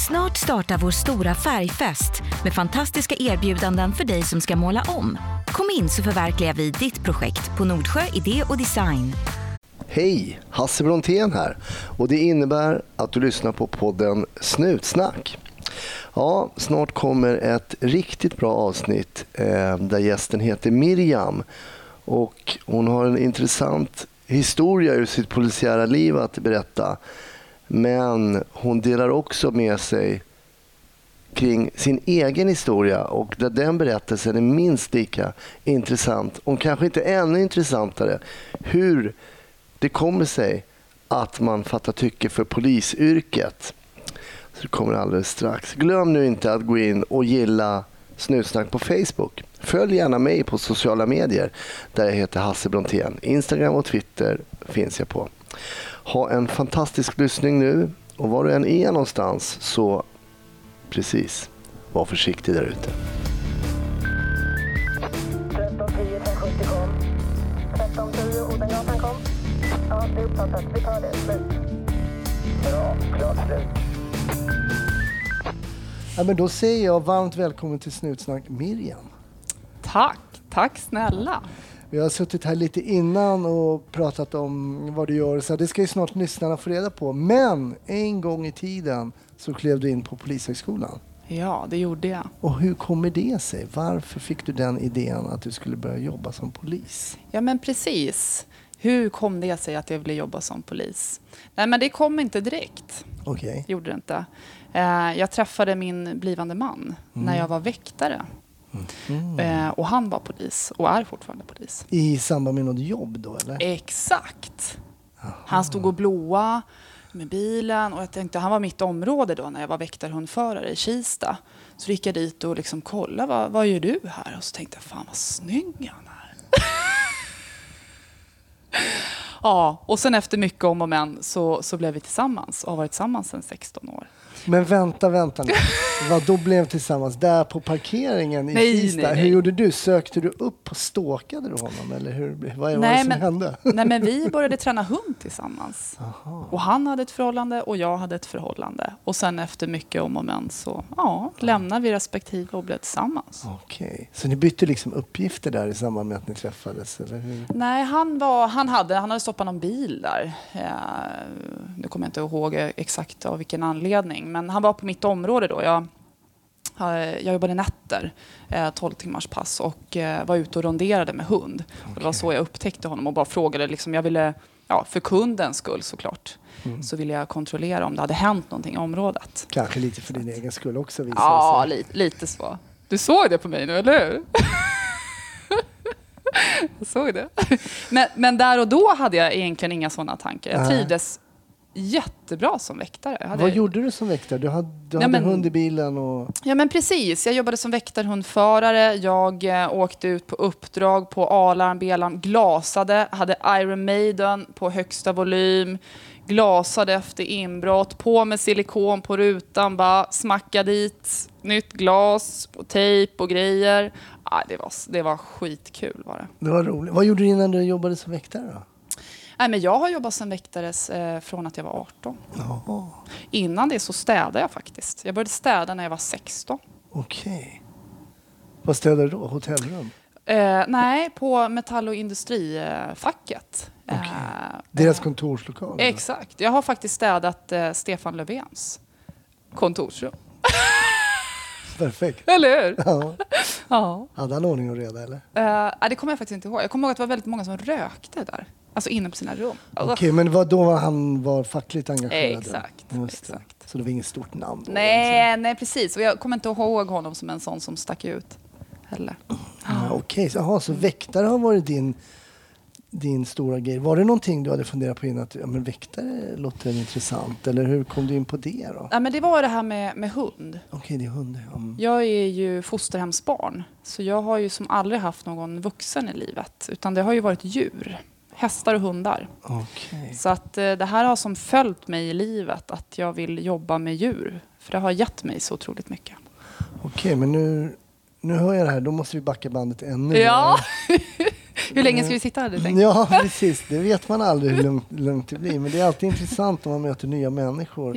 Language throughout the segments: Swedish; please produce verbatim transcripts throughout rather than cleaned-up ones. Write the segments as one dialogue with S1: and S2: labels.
S1: Snart startar vår stora färgfest med fantastiska erbjudanden för dig som ska måla om. Kom in så förverkligar vi ditt projekt på Nordsjö Idé och Design.
S2: Hej, Hasse Brontén här. Och det innebär att du lyssnar på podden Snutsnack. Ja, snart kommer ett riktigt bra avsnitt eh, där gästen heter Miriam. Och hon har en intressant historia ur sitt polisiära liv att berätta. Men hon delar också med sig kring sin egen historia, och där den berättelsen är minst lika intressant, och kanske inte ännu intressantare, hur det kommer sig att man fattar tycke för polisyrket. Så det kommer alldeles strax. Glöm nu inte att gå in och gilla Snutsnack på Facebook. Följ gärna mig på sociala medier där jag heter Hasse Brontén. Instagram och Twitter finns jag på. Ha en fantastisk lyssning nu, och var du än är någonstans så precis, var försiktig där ute.
S3: tretton tio sjuttio kom. tretton tio Odengatan kom. Ja, det är uppfattat. Vi tar det. Slut. Bra, klart slut.
S2: Ja, men då säger jag varmt välkommen till Snutsnack, Miriam.
S4: Tack, tack snälla.
S2: Vi har suttit här lite innan och pratat om vad du gör, så det ska ju snart lyssnarna få reda på. Men en gång i tiden så klev du in på Polishögskolan.
S4: Ja, det gjorde jag.
S2: Och hur kommer det sig? Varför fick du den idén att du skulle börja jobba som polis?
S4: Ja, men precis. Hur kom det sig att jag ville jobba som polis? Nej, men det kom inte direkt.
S2: Okej. Okay.
S4: Gjorde det inte. Jag träffade min blivande man mm. när jag var väktare. Mm. Eh, och han var polis och är fortfarande polis.
S2: I samband med något jobb då, eller?
S4: Exakt.
S2: Aha.
S4: Han stod och blåa med bilen, och jag tänkte, han var mitt område då när jag var väktarhundförare i Kista. Så gick jag dit och liksom kollade, vad, vad gör du här? Och så tänkte jag, fan vad snygg han är. Ja, och sen efter mycket om och men så, så blev vi tillsammans och har varit tillsammans sedan sexton år.
S2: Men vänta, vänta nu. Vad då blev tillsammans? Där på parkeringen i
S4: nej,
S2: Kista.
S4: nej, nej.
S2: Hur gjorde du? Sökte du upp och stalkade du honom? Eller hur, vad var
S4: nej,
S2: det som
S4: men,
S2: hände?
S4: Nej, men vi började träna hund tillsammans.
S2: Aha.
S4: Och han hade ett förhållande och jag hade ett förhållande. Och sen efter mycket om och men så ja, lämnade vi respektive och blev tillsammans.
S2: Okej. Okay. Så ni bytte liksom uppgifter där i samband med att ni träffades? Eller hur?
S4: Nej, han, var, han, hade, han hade stoppat någon bil där. Eh, nu kommer jag inte ihåg exakt av vilken anledning. Men han var på mitt område då. Jag, jag jobbade nätter, tolv timmars pass, och var ute och ronderade med hund. Okay. Och det var så jag upptäckte honom och bara frågade. Liksom, jag ville, ja, för kundens skull såklart, mm. så ville jag kontrollera om det hade hänt någonting i området.
S2: Kanske lite för din egen skull också.
S4: Ja, lite, lite så. Du såg det på mig nu, eller hur? Jag såg det. Men, men där och då hade jag egentligen inga sådana tankar. Jag trivdes jättebra som väktare. Hade...
S2: Vad gjorde du som väktare? Du hade, du
S4: ja,
S2: hade
S4: men...
S2: hund i bilen och...
S4: Ja, men precis. Jag jobbade som väktarhundförare. Jag eh, åkte ut på uppdrag på A-larm, B-larm, glasade, hade Iron Maiden på högsta volym, glasade efter inbrott, på med silikon på rutan, bara smacka dit nytt glas och tejp och grejer. Ah, det var, det var skitkul var det.
S2: Det var roligt. Vad gjorde du innan du jobbade som väktare då?
S4: Nej, men jag har jobbat som väktare eh, från att jag var arton.
S2: Jaha.
S4: Innan det så städade jag faktiskt. Jag började städa när jag var sexton.
S2: Okej. Vad städade du då? Hotellrum?
S4: Eh, nej, på metall- och industrifacket.
S2: Okay.
S4: Eh,
S2: Deras kontorslokal?
S4: Exakt. Jag har faktiskt städat eh, Stefan Löfvens kontorsrum.
S2: Perfekt.
S4: Eller hur?
S2: Ja.
S4: Ja.
S2: Hade han ordning och reda eller?
S4: Eh, det kommer jag faktiskt inte ihåg. Jag kommer ihåg att det var väldigt många som rökte där. Alltså inne på sina rum.
S2: Okej, okay, men vad då var han var fackligt engagerad?
S4: Exakt.
S2: exakt. Så det var inget stort namn då?
S4: Nej, nej, precis. Och jag kommer inte ihåg honom som en sån som stack ut heller.
S2: Ja, Okej, okay. så, så väktare har varit din, din stora grej. Var det någonting du hade funderat på innan att ja, men väktare låter intressant? Eller hur kom du in på det då?
S4: Ja, men det var det här med, med hund.
S2: Okej, okay, det är hund. Mm.
S4: Jag är ju fosterhemsbarn. Så jag har ju som aldrig haft någon vuxen i livet. Utan det har ju varit djur. Hästar och hundar.
S2: Okay.
S4: Så att eh, det här har som följt mig i livet. Att jag vill jobba med djur. För det har gett mig så otroligt mycket.
S2: Okej, okay, men nu, nu hör jag det här. Då måste vi backa bandet ännu.
S4: Ja. Hur länge ska vi sitta här? Tänkt?
S2: Ja, precis. Det vet man aldrig hur lugnt, lugnt det blir. Men det är alltid intressant om man möter nya människor.
S4: Ja.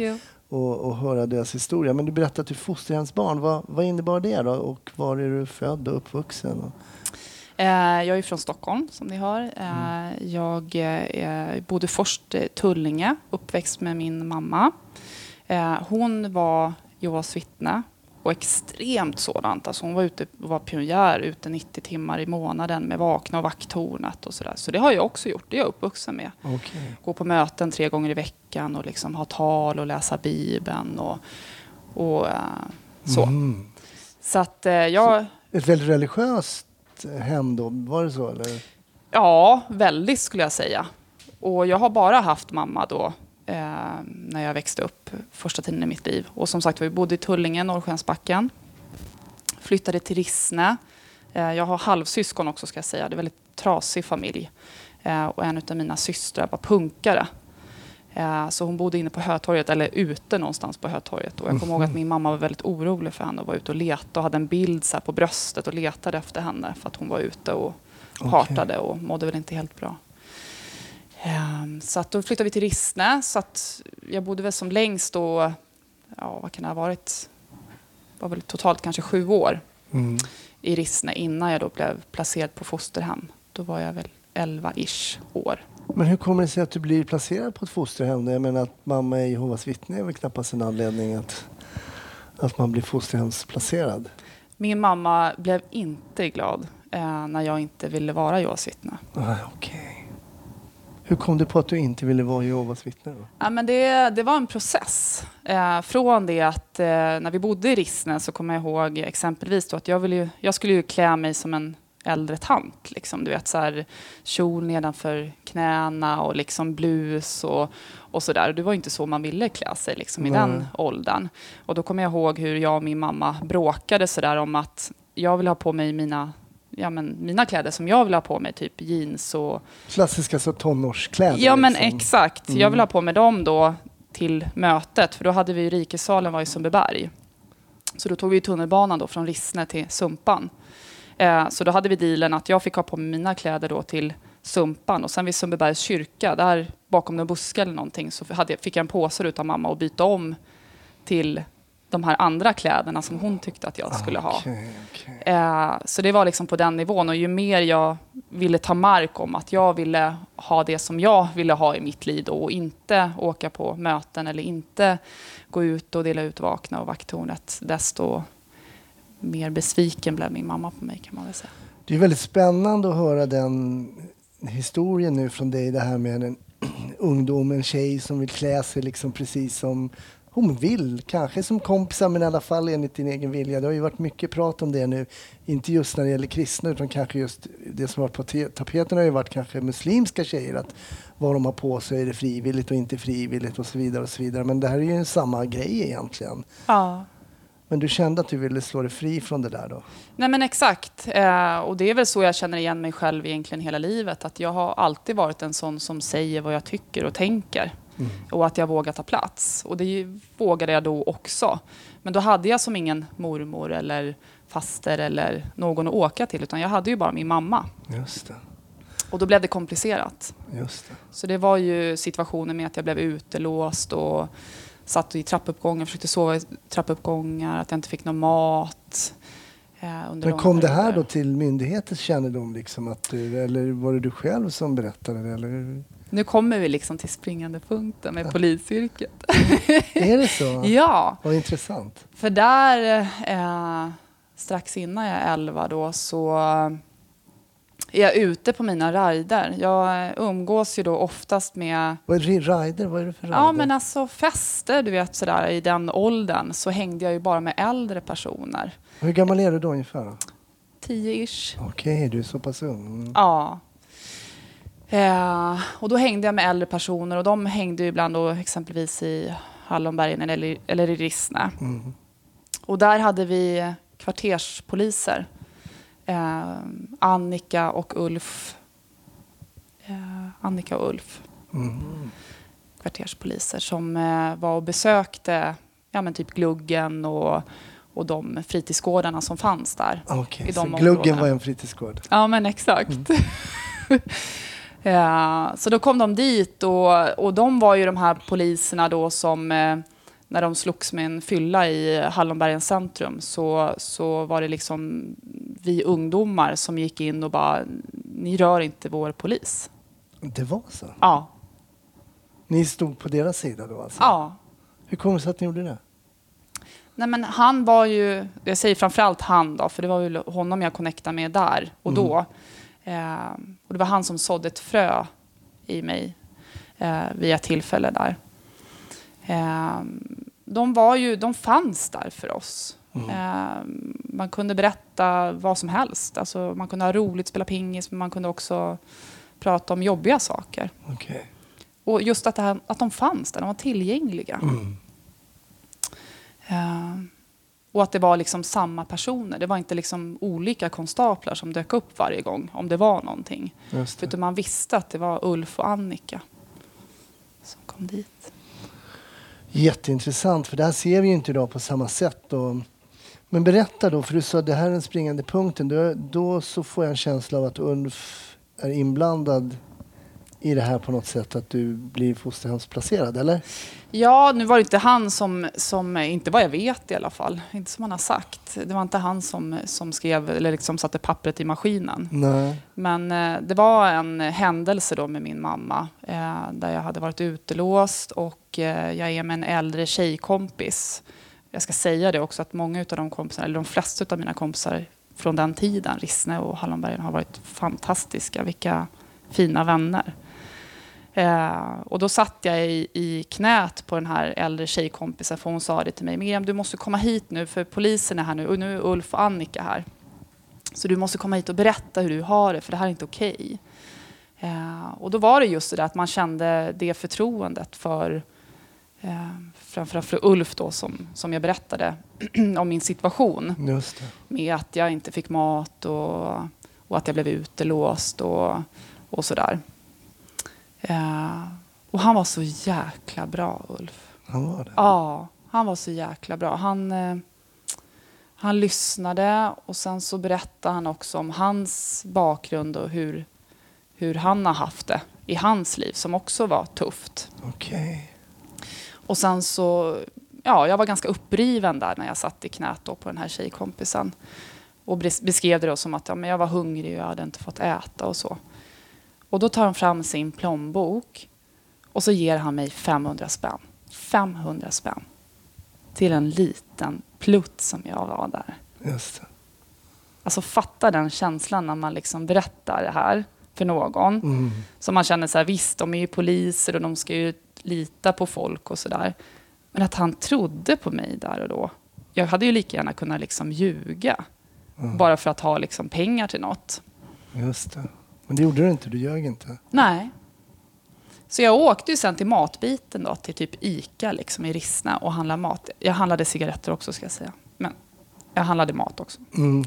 S2: och, och höra deras historia. Men du berättade att du är fosterhemsbarn. Vad, vad innebar det då? Och var är du född och uppvuxen? Och...
S4: Eh, jag är från Stockholm, som ni hör. Eh, mm. Jag eh, bodde först i Tullinge, uppväxt med min mamma. Eh, hon var Jehovas vittne. Och extremt sådant. Alltså hon var ute var pionjär ute nittio timmar i månaden med vakna och vakttornet och sådär. Så det har jag också gjort. Det är jag uppvuxen med.
S2: Okay.
S4: Gå på möten tre gånger i veckan och liksom ha tal och läsa Bibeln och, och uh, så. Mm. Så att uh, jag...
S2: Så ett väldigt religiöst hem då, var det så eller?
S4: Ja, väldigt skulle jag säga. Och jag har bara haft mamma då. Eh, när jag växte upp första tiden i mitt liv. Och som sagt, vi bodde i Tullinge, Norrskensbacken. Flyttade till Rissne. Eh, jag har halvsyskon också ska jag säga. Det är en väldigt trasig familj. Eh, och en av mina systrar var punkare. Eh, så hon bodde inne på Hötorget, eller ute någonstans på Hötorget. Och jag kommer ihåg att min mamma var väldigt orolig för henne och var ute och letade och hade en bild så här på bröstet och letade efter henne för att hon var ute och partade och mådde väl inte helt bra. Um, så att då flyttade vi till Rissne, så att jag bodde väl som längst då, ja vad kan det ha varit, var väl totalt kanske sju år mm. i Rissne innan jag då blev placerad på fosterhem. Då var jag väl elva-ish år.
S2: Men hur kommer det sig att du blir placerad på ett fosterhem? Jag menar att mamma är Jehovas vittne är väl knappast en anledning att, att man blir fosterhemsplacerad.
S4: Min mamma blev inte glad eh, när jag inte ville vara Jehovas vittne.
S2: Ah, okej. Okay. Hur kom du på att du inte ville vara Jehovas vittne då?
S4: Ja, men det, det var en process. Eh, från det att eh, när vi bodde i Rissne så kommer jag ihåg exempelvis då att jag, ville ju, jag skulle ju klä mig som en äldre tant. Liksom, du vet, så här, kjol nedanför knäna och liksom blus och, och sådär. Det var inte så man ville klä sig liksom, i den åldern. Och då kommer jag ihåg hur jag och min mamma bråkade sådär om att jag ville ha på mig mina... Ja, men mina kläder som jag vill ha på mig, typ jeans och...
S2: Klassiska så tonårskläder.
S4: Ja, men
S2: liksom.
S4: exakt. Mm. Jag vill ha på mig dem då till mötet. För då hade vi rikesalen var i Sundbyberg. Så då tog vi tunnelbanan då från Rissne till Sumpan. Eh, så då hade vi dealen att jag fick ha på mig mina kläder då till Sumpan. Och sen vid Sundbybergs kyrka, där bakom någon buske eller någonting, så hade jag, fick jag en påse ut av mamma och byta om till... de här andra kläderna som hon tyckte att jag skulle ha.
S2: Okay, okay.
S4: Eh, så det var liksom på den nivån. Och ju mer jag ville ta mark om att jag ville ha det som jag ville ha i mitt liv då, och inte åka på möten eller inte gå ut och dela ut vakna och vakttornet, desto mer besviken blev min mamma på mig, kan man väl säga.
S2: Det är väldigt spännande att höra den historien nu från dig, det här med en ungdom, en tjej som vill klä sig liksom precis som hon vill, kanske som kompisar, men i alla fall enligt din egen vilja. Det har ju varit mycket prat om det nu. Inte just när det gäller kristna, utan kanske just det som varit på tapeten har ju varit kanske muslimska tjejer. Att vad de har på sig, är det frivilligt och inte frivilligt och så vidare och så vidare. Men det här är ju samma grej egentligen.
S4: Ja.
S2: Men du kände att du ville slå dig fri från det där då?
S4: Nej, men exakt. Eh, och det är väl så jag känner igen mig själv egentligen hela livet. Att jag har alltid varit en sån som säger vad jag tycker och tänker. Mm. Och att jag vågar ta plats. Och det vågade jag då också. Men då hade jag som ingen mormor eller faster eller någon att åka till. Utan jag hade ju bara min mamma.
S2: Just det.
S4: Och då blev det komplicerat.
S2: Just det.
S4: Så det var ju situationer med att jag blev utelåst och satt i trappuppgångar, försökte sova i trappuppgångar, att jag inte fick någon mat. Eh, under
S2: Men kom det här då till myndighetens kännedom? Liksom, att du, eller var det du själv som berättade det? Eller?
S4: Nu kommer vi liksom till springande punkten med ja. polisyrket.
S2: Är det så?
S4: Ja.
S2: Vad intressant.
S4: För där, eh, strax innan jag är elva då, så är jag ute på mina rider. Jag umgås ju då oftast med...
S2: Vad är det, rider? Vad är det för rider?
S4: Ja, men alltså fester, du vet sådär, i den åldern så hängde jag ju bara med äldre personer.
S2: Hur gammal är du då ungefär?
S4: Tio-ish.
S2: Okej, okay, du är så pass ung. Mm.
S4: Ja. Eh, och då hängde jag med äldre personer och de hängde ju ibland då exempelvis i Hallonbergen eller, eller i Rissne. Mm. Och där hade vi kvarterspoliser. Eh, Annika och Ulf. Eh, Annika och Ulf. Mm. Kvarterspoliser som eh, var och besökte ja, men typ Gluggen och, och de fritidsgårdarna som fanns där.
S2: Okej, så Gluggen områdena. Var en fritidsgård?
S4: Ja, men exakt. Mm. Ja, så då kom de dit och, och de var ju de här poliserna då som eh, när de slogs med en fylla i Hallonbergens centrum så, så var det liksom vi ungdomar som gick in och bara, ni rör inte vår polis.
S5: Det var så?
S4: Ja.
S5: Ni stod på deras sida då alltså?
S4: Ja.
S5: Hur kom det sig att ni gjorde det?
S4: Nej, men han var ju, jag säger framförallt han då, för det var ju honom jag connectade med där och då. Mm. Eh, och det var han som sådde ett frö i mig eh, vid ett tillfälle där. Eh, de var ju, de fanns där för oss. Mm. Eh, man kunde berätta vad som helst. Alltså, man kunde ha roligt, spela pingis, men man kunde också prata om jobbiga saker.
S5: Okay.
S4: Och just att, det här, att de fanns där, de var tillgängliga.
S5: Mm.
S4: Uh, och att det var liksom samma personer. Det var inte liksom olika konstaplar som dök upp varje gång om det var någonting.
S5: Just det.
S4: Utan man visste att det var Ulf och Annika som kom dit.
S5: Jätteintressant, för det här ser vi ju inte idag på samma sätt. Och, men berätta då, för du sa att det här är den springande punkten. Då, då så får jag en känsla av att Ulf är inblandad i det här på något sätt, att du blir fosterhemsplacerad, eller?
S4: Ja, nu var det inte han som, som inte vad jag vet i alla fall, inte som han har sagt. Det var inte han som, som skrev eller liksom satte pappret i maskinen.
S5: Nej.
S4: Men eh, det var en händelse då med min mamma eh, där jag hade varit utelåst och eh, jag är med en äldre tjejkompis. Jag ska säga det också att många av de kompisarna, eller de flesta av mina kompisar från den tiden, Rissne och Hallonbergen, har varit fantastiska. Vilka fina vänner. Eh, och då satt jag i, i knät på den här äldre tjejkompisen, för hon sa det till mig: Miriam, du måste komma hit nu för polisen är här nu och nu är Ulf och Annika här. Så du måste komma hit och berätta hur du har det, för det här är inte okej. Eh, och då var det just det där att man kände det förtroendet för eh, framförallt för Ulf då, som, som jag berättade om min situation.
S5: Just det.
S4: Med att jag inte fick mat och, och att jag blev utelåst och, och sådär. Uh, och han var så jäkla bra, Ulf.
S5: Han var det?
S4: Ja, han var så jäkla bra. Han, uh, han lyssnade och sen så berättade han också om hans bakgrund och hur, hur han har haft det i hans liv, som också var tufft.
S5: Okej. Okay.
S4: Och sen så, ja, jag var ganska uppriven där när jag satt i knät då på den här tjejkompisen. Och beskrev det då som att ja, men jag var hungrig och jag hade inte fått äta och så. Och då tar han fram sin plånbok och så ger han mig femhundra spänn. femhundra spänn. Till en liten plutt som jag var där.
S5: Just det.
S4: Alltså fatta den känslan när man liksom berättar det här för någon.
S5: Mm.
S4: Så man känner så här, visst, de är ju poliser och de ska ju lita på folk och sådär. Men att han trodde på mig där och då. Jag hade ju lika gärna kunnat liksom ljuga. Mm. Bara för att ha liksom pengar till något.
S5: Just det. Men det gjorde du inte, du ljög inte.
S4: Nej. Så jag åkte ju sen till matbiten då, till typ Ica liksom i Rissne och handlade mat. Jag handlade cigaretter också, ska jag säga. Men jag handlade mat också.
S5: Mm.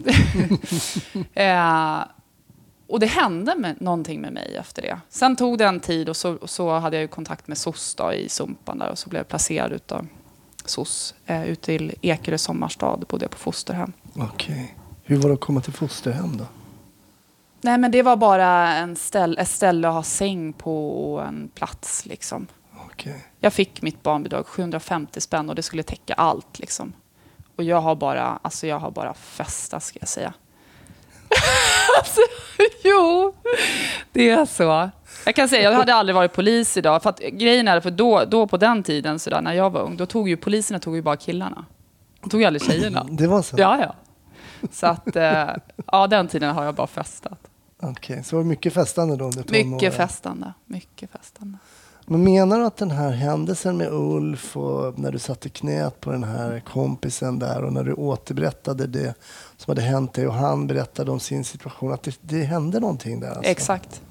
S4: eh, och det hände med, någonting med mig efter det. Sen tog det en tid och så, så hade jag ju kontakt med S O S då, i Sumpan där, och så blev jag placerad utav S O S eh, ut till Ekerö sommarstad. Då bodde jag på fosterhem.
S5: Okej. Okay. Hur var det att komma till fosterhem då?
S4: Nej, men det var bara en ställ, ett ställe att ha säng på och en plats liksom.
S5: Okay.
S4: Jag fick mitt barnbidrag sjuhundrafemtio spänn och det skulle täcka allt liksom. Och jag har bara, alltså jag har bara festat, ska jag säga. alltså, jo, det är så. Jag kan säga, jag hade aldrig varit polis idag. För att grejen är, för då, då på den tiden så där, när jag var ung, då tog ju poliserna tog ju bara killarna. De tog ju aldrig tjejerna.
S5: Det var så?
S4: Ja, ja. Så att, eh, ja, den tiden har jag bara festat.
S5: Okej, okay, så var det mycket festande då? Under
S4: mycket festande, mycket festande.
S5: Men menar du att den här händelsen med Ulf och när du satte knät på den här kompisen där och när du återberättade det som hade hänt dig och han berättade om sin situation, att det, det hände någonting där? Alltså?
S4: Exakt.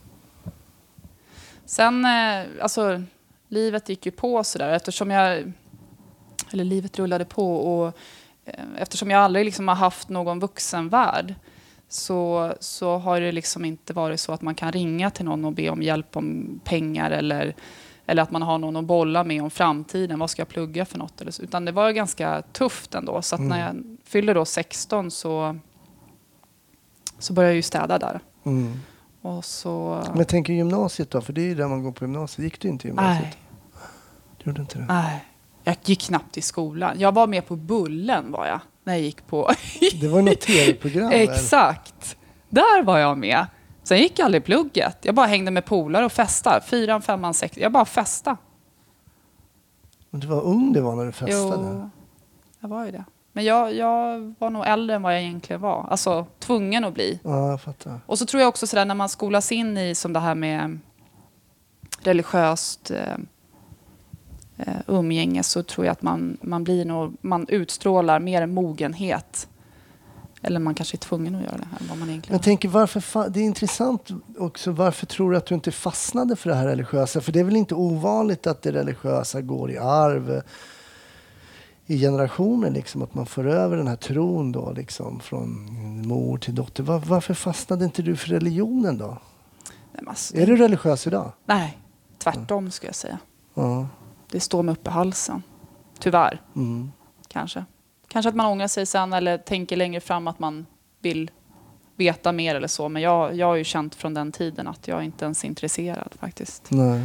S4: Sen, eh, alltså, livet gick ju på sådär eftersom jag, eller livet rullade på och eh, eftersom jag aldrig liksom har haft någon vuxenvärld så, så har det liksom inte varit så att man kan ringa till någon och be om hjälp om pengar eller, eller att man har någon att bolla med om framtiden. Vad ska jag plugga för något? Eller så. Utan det var ganska tufft ändå. Så att mm. när jag fyllde då sexton så, så började jag ju städa där.
S5: Mm.
S4: Och så...
S5: Men jag tänker gymnasiet då, för det är ju där man går på gymnasiet. Gick du inte i gymnasiet?
S4: Nej.
S5: Du gjorde inte det?
S4: Nej. Jag gick knappt i skolan. Jag var med på Bullen var jag när jag gick på...
S5: Det var något tv-program.
S4: Exakt. Där var jag med. Sen gick jag aldrig i plugget. Jag bara hängde med polare och festade. Fyran, femman, sex. Jag bara festade.
S5: Men du var ung det var när du festade.
S4: Jo, jag var ju det. Men jag, jag var nog äldre än vad jag egentligen var. Alltså tvungen att bli.
S5: Ja, jag fattar.
S4: Och så tror jag också sådär när man skolas in i som det här med religiöst eh, eh, umgänge så tror jag att man, man blir nog, man utstrålar mer mogenhet. Eller man kanske är tvungen att göra det än vad man egentligen
S5: Jag tänker varför fa- det är intressant också, varför tror du att du inte fastnade för det här religiösa? För det är väl inte ovanligt att det religiösa går i arv i generationer, liksom, att man för över den här tron då, liksom, från mor till dotter. Var, varför fastnade inte du för religionen då?
S4: Nej, alltså,
S5: är du religiös idag?
S4: Nej, tvärtom skulle jag säga.
S5: Ja.
S4: Det står mig upp i halsen. Tyvärr,
S5: Mm.
S4: kanske. Kanske att man ångrar sig sen eller tänker längre fram att man vill veta mer eller så. Men jag, jag har ju känt från den tiden att jag inte ens är intresserad faktiskt.
S5: Nej.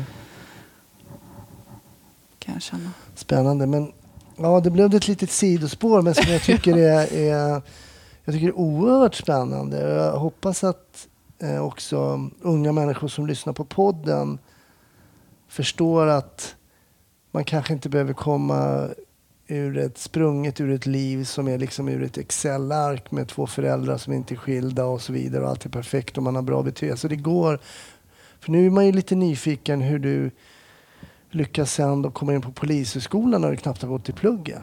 S4: Kan jag känna.
S5: Spännande, men ja, det blev ett litet sidospår, men som jag tycker är, är, jag tycker är oerhört spännande. Jag hoppas att eh, också unga människor som lyssnar på podden förstår att man kanske inte behöver komma ur ett sprunget ur ett liv som är liksom ur ett Excel-ark med två föräldrar som inte är skilda och så vidare och allt är perfekt och man har bra betyg. Så det går, för nu är man ju lite nyfiken hur du lyckas sen då komma in på polishögskolan när du knappt har gått i plugget.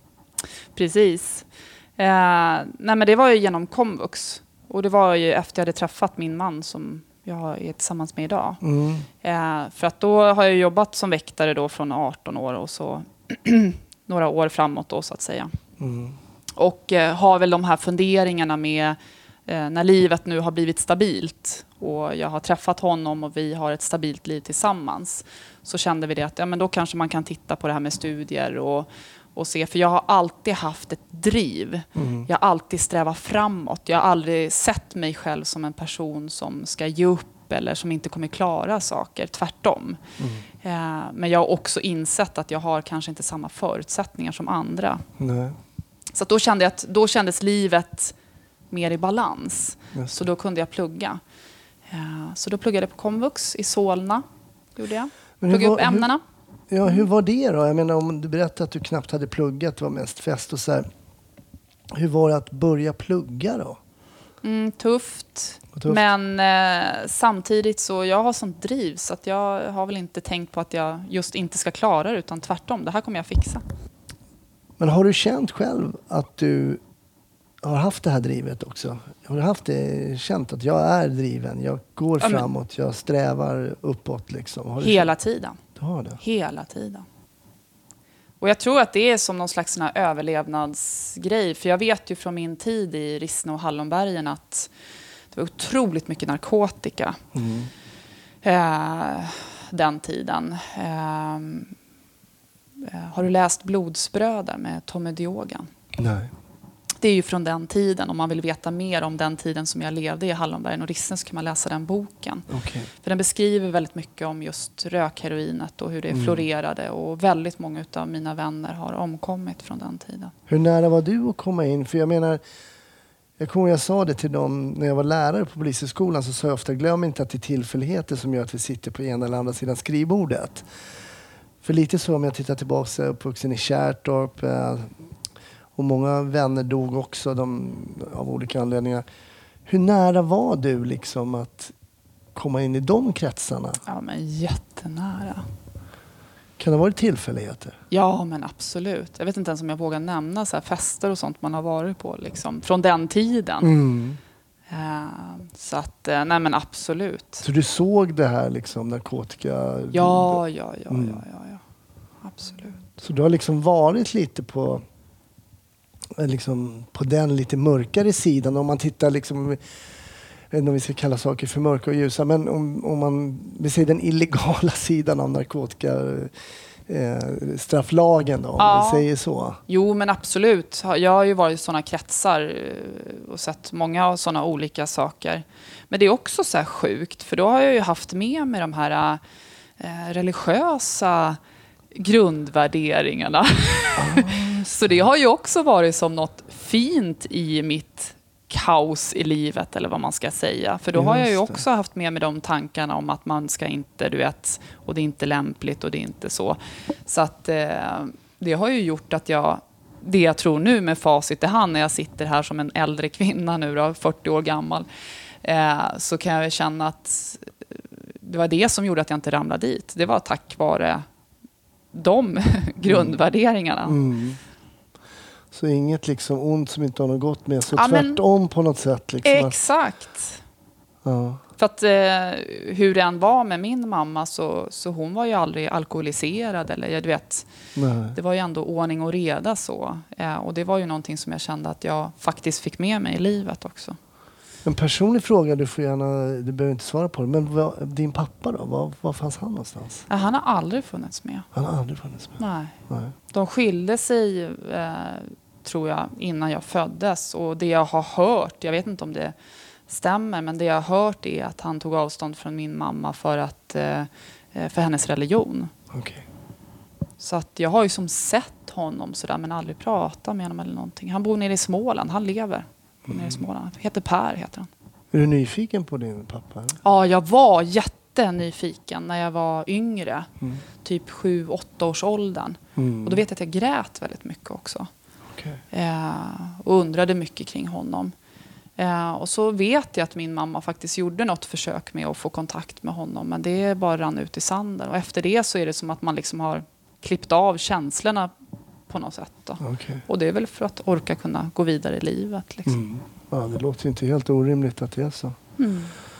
S4: Precis. Eh, nej men det var ju genom komvux. Och det var ju efter jag hade träffat min man som jag är tillsammans med idag.
S5: Mm.
S4: Eh, för att då har jag jobbat som väktare då från arton år och så några år framåt då så att säga.
S5: Mm.
S4: Och eh, har väl de här funderingarna med eh, när livet nu har blivit stabilt och jag har träffat honom och vi har ett stabilt liv tillsammans, så kände vi det att ja, men då kanske man kan titta på det här med studier och, och se, för jag har alltid haft ett driv.
S5: Mm.
S4: Jag har alltid strävat framåt. Jag har aldrig sett mig själv som en person som ska ge upp eller som inte kommer klara saker, tvärtom.
S5: Mm.
S4: Eh, men jag har också insett att jag har kanske inte samma förutsättningar som andra.
S5: Nej.
S4: Så att då kände jag att då kändes livet mer i balans.
S5: Just
S4: Så
S5: det.
S4: då kunde jag plugga. Eh, så då pluggade jag på komvux i Solna. Gjorde jag.
S5: Men hur
S4: Pluggade
S5: var-
S4: upp ämnena.
S5: Hur, ja, hur var det då? Jag menar, om du berättade att du knappt hade pluggat, det var mest fest och så här. Hur var det att börja plugga då?
S4: Mm, tufft.
S5: Tufft.
S4: Men eh, samtidigt så jag har sånt driv så att jag har väl inte tänkt på att jag just inte ska klara det, utan tvärtom. Det här kommer jag fixa.
S5: Men har du känt själv att du har haft det här drivet också? Har du haft det, känt att jag är driven, jag går
S4: Ja, men-
S5: framåt, jag strävar uppåt liksom? Har du
S4: Hela tiden.
S5: känt- Du har det?
S4: Hela tiden. Och jag tror att det är som någon slags sån här överlevnadsgrej. För jag vet ju från min tid i Rissne och Hallonbergen att det var otroligt mycket narkotika
S5: Mm.
S4: eh, den tiden. Eh, eh, har du läst Blodsbröder med Tommy Diogan?
S5: Nej.
S4: Det är ju från den tiden. Om man vill veta mer om den tiden som jag levde i Hallonbergen och Rissne så kan man läsa den boken.
S5: Okej.
S4: För den beskriver väldigt mycket om just rökheroinet och hur det
S5: Mm.
S4: florerade. Och väldigt många av mina vänner har omkommit från den tiden.
S5: Hur nära var du att komma in? För jag menar, jag kommer jag sa det till dem när jag var lärare på polishögskolan, så sa jag ofta, glöm inte att det är tillfälligheter som gör att vi sitter på ena eller andra sidan skrivbordet. För lite så, om jag tittar tillbaka, så är jag uppvuxen i Kärrtorp eh, och många vänner dog också de, av olika anledningar. Hur nära var du liksom att komma in i de kretsarna?
S4: Ja, men jättenära.
S5: Kan det ha varit tillfälligheter?
S4: Ja, men absolut. Jag vet inte ens om jag vågar nämna så här fester och sånt man har varit på liksom, från den tiden.
S5: Mm.
S4: Eh, så att, eh, nej men absolut.
S5: Så du såg det här liksom, narkotika?
S4: Ja, ja, ja,
S5: Mm.
S4: ja, ja, ja. Absolut.
S5: Så du har liksom varit lite på, eh, liksom, på den lite mörkare sidan. Om man tittar, liksom, jag vet inte om vi ska kalla saker för mörka och ljusa, men om, om man vi säger den illegala sidan av narkotika, eh, strafflagen då, om
S4: Ja.
S5: vi säger så.
S4: Jo, men absolut. Jag har ju varit i sådana kretsar eh, och sett många sådana olika saker. Men det är också så här sjukt, för då har jag ju haft med mig de här eh, religiösa grundvärderingarna. Ah, så det har ju också varit som något fint i mitt kaos i livet, eller vad man ska säga. För då
S5: Just
S4: har jag ju
S5: det.
S4: också haft med mig de tankarna om att man ska inte, du vet, och det är inte lämpligt och det är inte så. Så att eh, det har ju gjort att jag, det jag tror nu med facit i hand när jag sitter här som en äldre kvinna nu då, fyrtio år gammal, eh, så kan jag känna att det var det som gjorde att jag inte ramlade dit. Det var tack vare de grundvärderingarna.
S5: Mm. Så inget liksom ont som inte har något gott med. Så
S4: Ja, men-
S5: tvärtom på något sätt. Liksom.
S4: Exakt.
S5: Ja.
S4: För att eh, hur det än var med min mamma så, så hon var ju aldrig alkoholiserad. Eller, jag, du vet,
S5: Nej.
S4: det var ju ändå ordning och reda så. Eh, och det var ju någonting som jag kände att jag faktiskt fick med mig i livet också.
S5: En personlig fråga, du får gärna, du behöver inte svara på det. Men vad, din pappa då? Var, var fanns han någonstans?
S4: Ja, han har aldrig funnits med.
S5: Han har aldrig funnits med.
S4: Nej.
S5: Nej.
S4: De skilde sig, eh, tror jag, innan jag föddes. Och det jag har hört, jag vet inte om det stämmer, men det jag har hört är att han tog avstånd från min mamma för, att, eh, för hennes religion.
S5: Okej.
S4: Så att jag har ju som sett honom sådär, men aldrig pratat med honom eller någonting. Han bor nere i Småland, han lever mm. nere i Småland. Heter Per, heter han.
S5: Är du nyfiken på din pappa? Eller?
S4: Ja, jag var jättenyfiken när jag var yngre.
S5: Mm.
S4: Typ sju, åtta års åldern.
S5: Mm.
S4: Och då vet jag att jag grät väldigt mycket också.
S5: Okej.
S4: Eh, och undrade mycket kring honom. Eh, och så vet jag att min mamma faktiskt gjorde något försök med att få kontakt med honom. Men det bara rann ut i sanden. Och efter det så är det som att man liksom har klippt av känslorna på något sätt. Då.
S5: Okej.
S4: Och det är väl för att orka kunna gå vidare i livet. Liksom.
S5: Mm. Ja, det låter ju inte helt orimligt att det är så.
S4: Mm.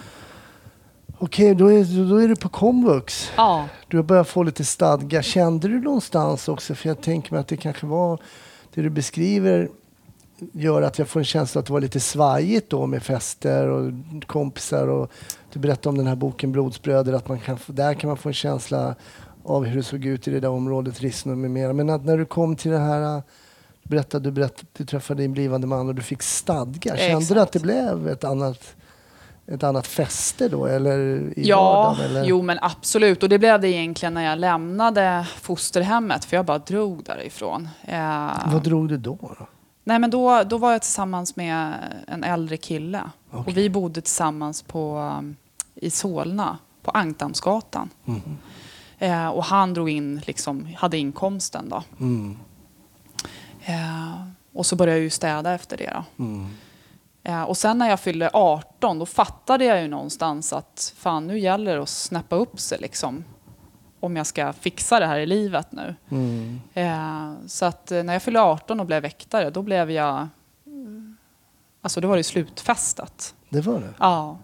S5: Okej, då är, då är du på komvux.
S4: Ja.
S5: Du har börjat få lite stadga. Kände du någonstans också? För jag tänker mig att det kanske var det du beskriver gör att jag får en känsla att det var lite svajigt då med fester och kompisar. Och du berättade om den här boken Blodsbröder, att man kan, där kan man få en känsla av hur det såg ut i det där området, Rissne med mera. Men att när du kom till det här, du berättade, du berättade, du träffade din blivande man och du fick stadga. Kände
S4: Exakt.
S5: du att det blev ett annat, ett annat fäste då? Eller i
S4: Ja,
S5: vardagen? Eller?
S4: jo men absolut. Och det blev det egentligen när jag lämnade fosterhemmet. För jag bara drog därifrån. Eh,
S5: Vad drog du då? då?
S4: nej men då, då var jag tillsammans med en äldre kille.
S5: Okej.
S4: Och vi bodde tillsammans på, um, i Solna, på Ankdammsgatan.
S5: Mm.
S4: Eh, och han drog in, liksom, hade inkomsten då.
S5: Mm.
S4: Eh, och så började jag ju städa efter det då.
S5: Mm.
S4: Eh, och sen när jag fyllde arton, då fattade jag ju någonstans att fan, nu gäller det att snäppa upp sig liksom. Om jag ska fixa det här i livet nu.
S5: Mm.
S4: Eh, så att eh, när jag fyllde arton och blev väktare, då blev jag... Alltså då var det slutfestat.
S5: Det var det?
S4: Ja.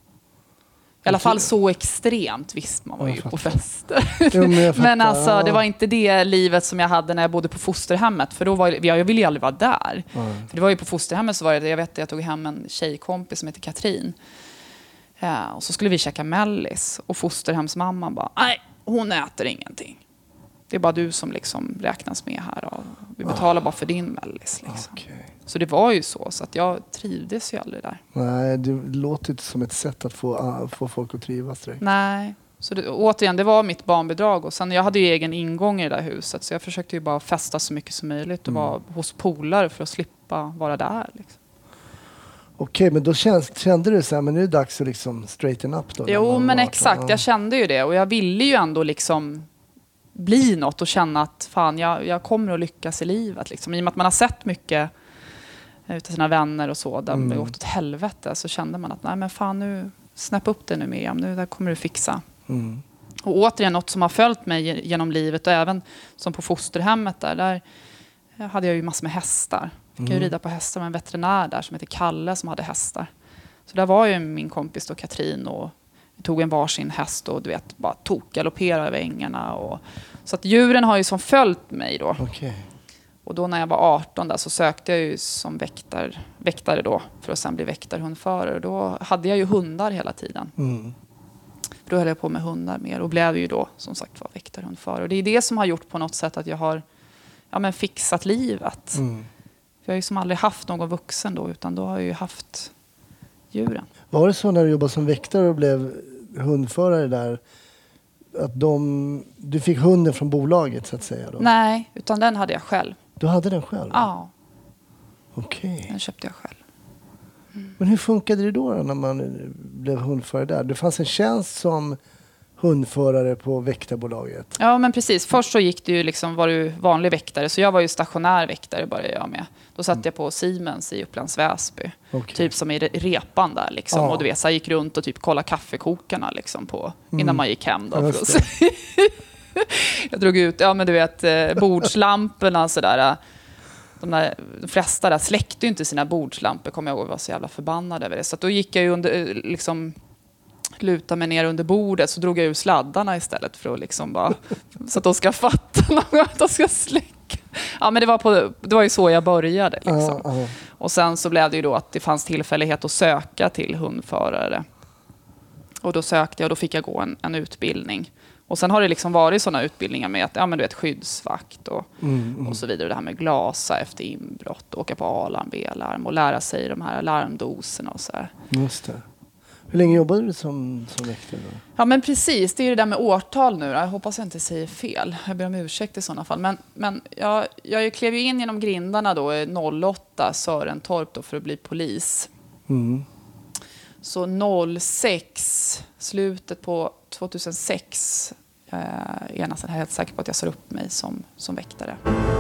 S4: I alla fall så extremt, visst man var
S5: Jag
S4: ju på
S5: fattar.
S4: fester.
S5: Jo, men jag fattar,
S4: Men alltså
S5: ja.
S4: det var inte det livet som jag hade när jag bodde på fosterhemmet. För då var jag, jag ville ju aldrig vara där.
S5: Mm.
S4: För det var ju på fosterhemmet så var det, jag vet att jag tog hem en tjejkompis som heter Katrin. Ja, och så skulle vi käka mellis. Och fosterhemsmamman bara, nej, hon äter ingenting. Det är bara du som liksom räknas med här. Och vi betalar bara för din mellis. Liksom.
S5: Okej.
S4: Så det var ju så. Så att jag trivdes ju aldrig där.
S5: Nej, det låter inte som ett sätt att få, uh, få folk att trivas direkt.
S4: Nej. Så det, återigen, det var mitt barnbidrag. Och sen, jag hade ju egen ingång i det där huset. Så jag försökte ju bara festa så mycket som möjligt. Och
S5: Mm.
S4: vara hos polare för att slippa vara där. Liksom.
S5: Okej, men då känns, kände du så här, men nu är det dags att liksom straighten up då? när
S4: Jo,
S5: man
S4: men
S5: var
S4: exakt.
S5: arton?
S4: Jag kände ju det. Och jag ville ju ändå liksom bli något och känna att fan, jag, jag kommer att lyckas i livet. Liksom. I och med att man har sett mycket utav sina vänner och så, där
S5: Mm.
S4: det gått åt helvete, så kände man att nej men fan, nu snäpp upp det nu Miriam, nu där kommer du fixa.
S5: Mm.
S4: Och återigen, något som har följt mig genom livet och även som på fosterhemmet där, där hade jag ju massor med hästar. Jag kan ju
S5: Mm.
S4: rida på hästar med en veterinär där som heter Kalle som hade hästar. Så där var ju min kompis då Katrin och vi tog en varsin häst och du vet, bara tokgalopperade över ängarna. Och, så att djuren har ju som följt mig då.
S5: Okej.
S4: Och då när jag var arton där så sökte jag ju som väktar, väktare då för att sen bli väktarhundförare. Och då hade jag ju hundar hela tiden.
S5: Mm.
S4: Då höll jag på med hundar mer och blev ju då som sagt var väktarhundförare. Och det är det som har gjort på något sätt att jag har ja, men fixat livet.
S5: Mm.
S4: För jag har ju som aldrig haft någon vuxen då, utan då har jag ju haft djuren.
S5: Var det så när du jobbade som väktare och blev hundförare där? att de, du fick hunden från bolaget så att säga? Då?
S4: Nej, utan den hade jag själv.
S5: Du hade den själv?
S4: Ja.
S5: Okej. Okay.
S4: Den köpte jag själv.
S5: Mm. Men hur funkade det då, då när man blev hundförare där? Det fanns en tjänst som hundförare på väktarbolaget.
S4: Ja, men precis. Först så gick det ju liksom, var du vanlig väktare. Så jag var ju stationär väktare började jag med. Då satt mm. jag på Siemens i Upplands Väsby. Okay. Typ som i repan där liksom. Ja. Och du vet, så jag gick runt och typ kollade kaffekokarna liksom på, mm. innan man gick hem då. För att jag drog ut, ja men du vet, bordslamporna sådär. De, där, de flesta där släckte ju inte sina bordslampor, kommer jag ihåg, var så jävla förbannad över det. Så att då gick jag ju under, liksom, luta mig ner under bordet, så drog jag ur sladdarna istället för att liksom bara, så att de ska fatta något, att de ska släcka. Ja, men det var, på, det var ju så jag började. Liksom. Uh, uh. Och sen så blev det ju då att det fanns tillfällighet att söka till hundförare. Och då sökte jag och då fick jag gå en, en utbildning. Och sen har det liksom varit sådana utbildningar med att, ja men du vet, skyddsvakt och, mm, mm. och så vidare. Det här med glasa efter inbrott, åka på A-larm, B-larm och lära sig de här larmdoserna och så här.
S5: Just det. Hur länge jobbade du som, som väktare då?
S4: Ja men precis, det är ju det där med årtal nu. Jag hoppas jag inte säger fel. Jag ber om ursäkt i sådana fall. Men, men jag, jag klev ju in genom grindarna då i noll åtta Sörentorp då för att bli polis. Mm. Så noll sex, slutet på tjugohundrasex, eh, är jag nästan helt säker på att jag ser upp mig som, som väktare.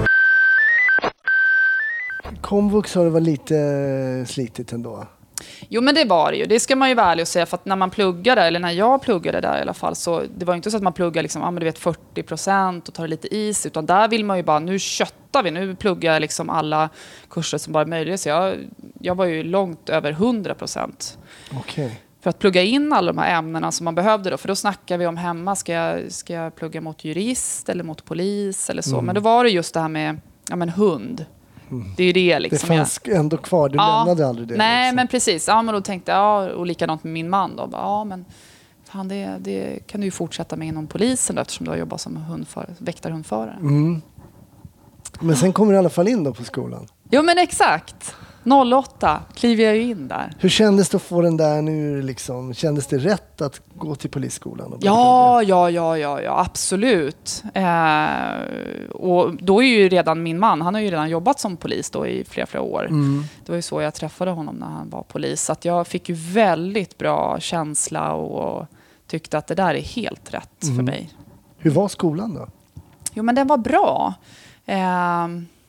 S5: Komvux har det varit lite slitigt ändå.
S4: Jo men det var det ju, det ska man ju vara ärlig och säga, för att när man pluggade, eller när jag pluggade där i alla fall, så det var ju inte så att man pluggade liksom, ah, men du vet fyrtio procent och tar lite is, utan där vill man ju bara, nu köttar vi, nu pluggar jag liksom alla kurser som bara är möjligt. Så jag, jag var ju långt över hundra procent.
S5: Okej. Okay.
S4: För att plugga in alla de här ämnena som man behövde då. För då snackar vi om hemma, ska jag, ska jag plugga mot jurist eller mot polis eller så. Mm. Men då var det just det här med, ja men hund. Mm. Det är ju det liksom.
S5: Det fanns jag... ändå kvar, du ja, lämnade aldrig det.
S4: Nej
S5: liksom.
S4: Men precis, ja men då tänkte jag, ja, och likadant med min man då. Ja men fan, det, det kan du ju fortsätta med inom polisen då, eftersom du har jobbat som hundförare, väktarhundförare.
S5: Mm. Men sen kommer du i alla fall in då på skolan.
S4: Jo men exakt. noll åtta kliver jag ju in där.
S5: Hur kändes det att få den där nu liksom? Kändes det rätt att gå till polisskolan? Och
S4: ja, ja, ja, ja, ja, absolut. Eh, och då är ju redan min man, han har ju redan jobbat som polis då i flera, flera år. Mm. Det var ju så jag träffade honom när han var polis. Så att jag fick ju väldigt bra känsla och tyckte att det där är helt rätt mm. för mig.
S5: Hur var skolan då?
S4: Jo, men den var bra. Eh,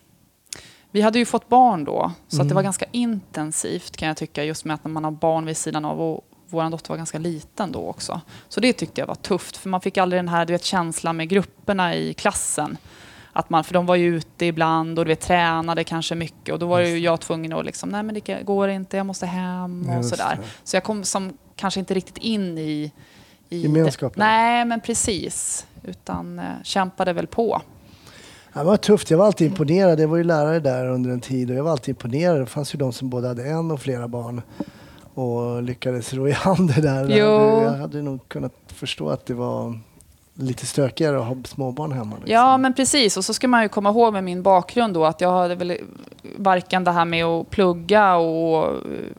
S4: Vi hade ju fått barn då, så mm. att det var ganska intensivt kan jag tycka, just med att när man har barn vid sidan av, och vår dotter var ganska liten då också. Så det tyckte jag var tufft, för man fick aldrig den här, du vet, känslan med grupperna i klassen. Att man, för de var ju ute ibland och du vet, tränade kanske mycket, och då var ju jag tvungen att liksom, nej men det går inte, jag måste hem och sådär. Så jag kom som kanske inte riktigt in i, i
S5: gemenskapen.
S4: Det. Nej men precis, utan eh, kämpade väl på.
S5: Det var tufft. Jag var alltid imponerad. Jag var ju lärare där under en tid och jag var alltid imponerad. Det fanns ju de som både hade en och flera barn och lyckades ro i hand det där.
S4: Jo.
S5: Jag hade nog kunnat förstå att det var lite stökigare att ha småbarn hemma. Liksom.
S4: Ja, men precis. Och så ska man ju komma ihåg med min bakgrund då att jag hade väl varken det här med att plugga och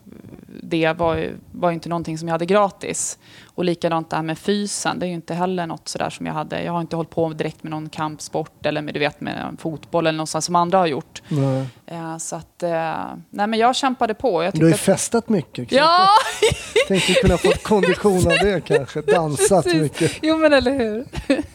S4: det var, var inte någonting som jag hade gratis. Och likadant det här med fysen, det är ju inte heller något sådär som jag hade. Jag har inte hållit på direkt med någon kampsport eller med, du vet, med en fotboll eller något som andra har gjort. Nej. Eh, så att, eh, nej men jag kämpade på. Jag
S5: du har ju
S4: att...
S5: festat mycket.
S4: Ja!
S5: Jag tänkte kunna få kondition av det kanske. Dansat mycket.
S4: Jo men eller hur.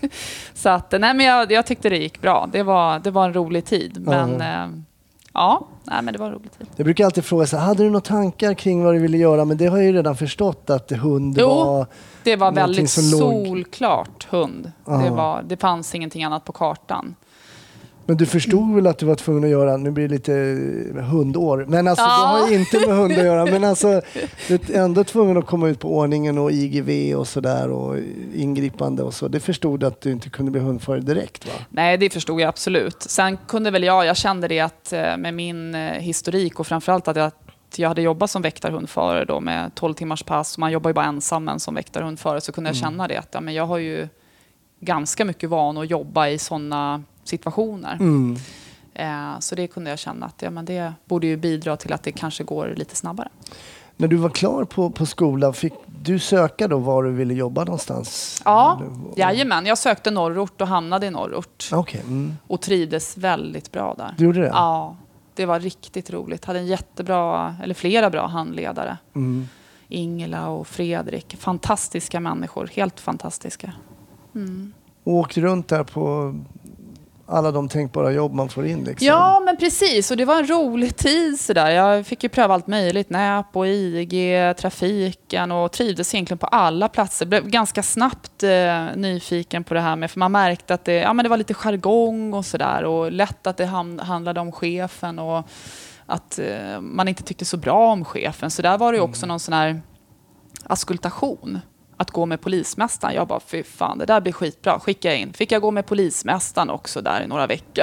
S4: Så att, nej men jag, jag tyckte det gick bra. Det var, det var en rolig tid. Men... Mm. Eh, Ja, nej, men det var en rolig tid.
S5: Jag brukar alltid fråga så här, hade du några tankar kring vad du ville göra? Men det har jag ju redan förstått att hund jo, var...
S4: det var väldigt solklart hund. Det, var, det fanns ingenting annat på kartan.
S5: Men du förstod mm. väl att du var tvungen att göra, nu blir det lite hundår, men alltså ja. Det har inte med hund att göra, men alltså du är ändå tvungen att komma ut på ordningen och I G V och sådär och ingripande och så. Det förstod att du inte kunde bli hundförare direkt, va? Nej,
S4: det förstod jag absolut. Sen kunde väl jag, jag kände det att med min historik och framförallt att jag jag hade jobbat som väktarhundförare då med tolv timmars pass, man jobbar ju bara ensam men som väktarhundförare så kunde jag känna det att ja, men jag har ju ganska mycket van att jobba i sådana situationer. Mm. Eh, så det kunde jag känna att ja, men det borde ju bidra till att det kanske går lite snabbare.
S5: När du var klar på, på skolan, fick du söka då var du ville jobba någonstans?
S4: Ja,
S5: Eller-
S4: jajamän. Jag sökte norrort och hamnade i norrort.
S5: Okej. Mm.
S4: Och trivdes väldigt bra där.
S5: Du gjorde det?
S4: Ja, det var riktigt roligt. Hade en jättebra, eller flera bra handledare.
S5: Mm.
S4: Ingela och Fredrik. Fantastiska människor. Helt fantastiska. Mm.
S5: Och åkte runt där på alla de tänkbara jobb man får in liksom.
S4: Ja, men precis. Och det var en rolig tid sådär. Jag fick ju pröva allt möjligt. Näp och I G, trafiken och trivdes egentligen på alla platser. Blev ganska snabbt eh, nyfiken på det här med, för man märkte att det, ja, men det var lite jargong och sådär. Och lätt att det ham- handlade om chefen och att eh, man inte tyckte så bra om chefen. Så där var det ju också mm. någon sån här askultation. Att gå med polismästaren. Jag bara, fy fan, det där blir skitbra. Skicka in. Fick jag gå med polismästaren också där i några veckor.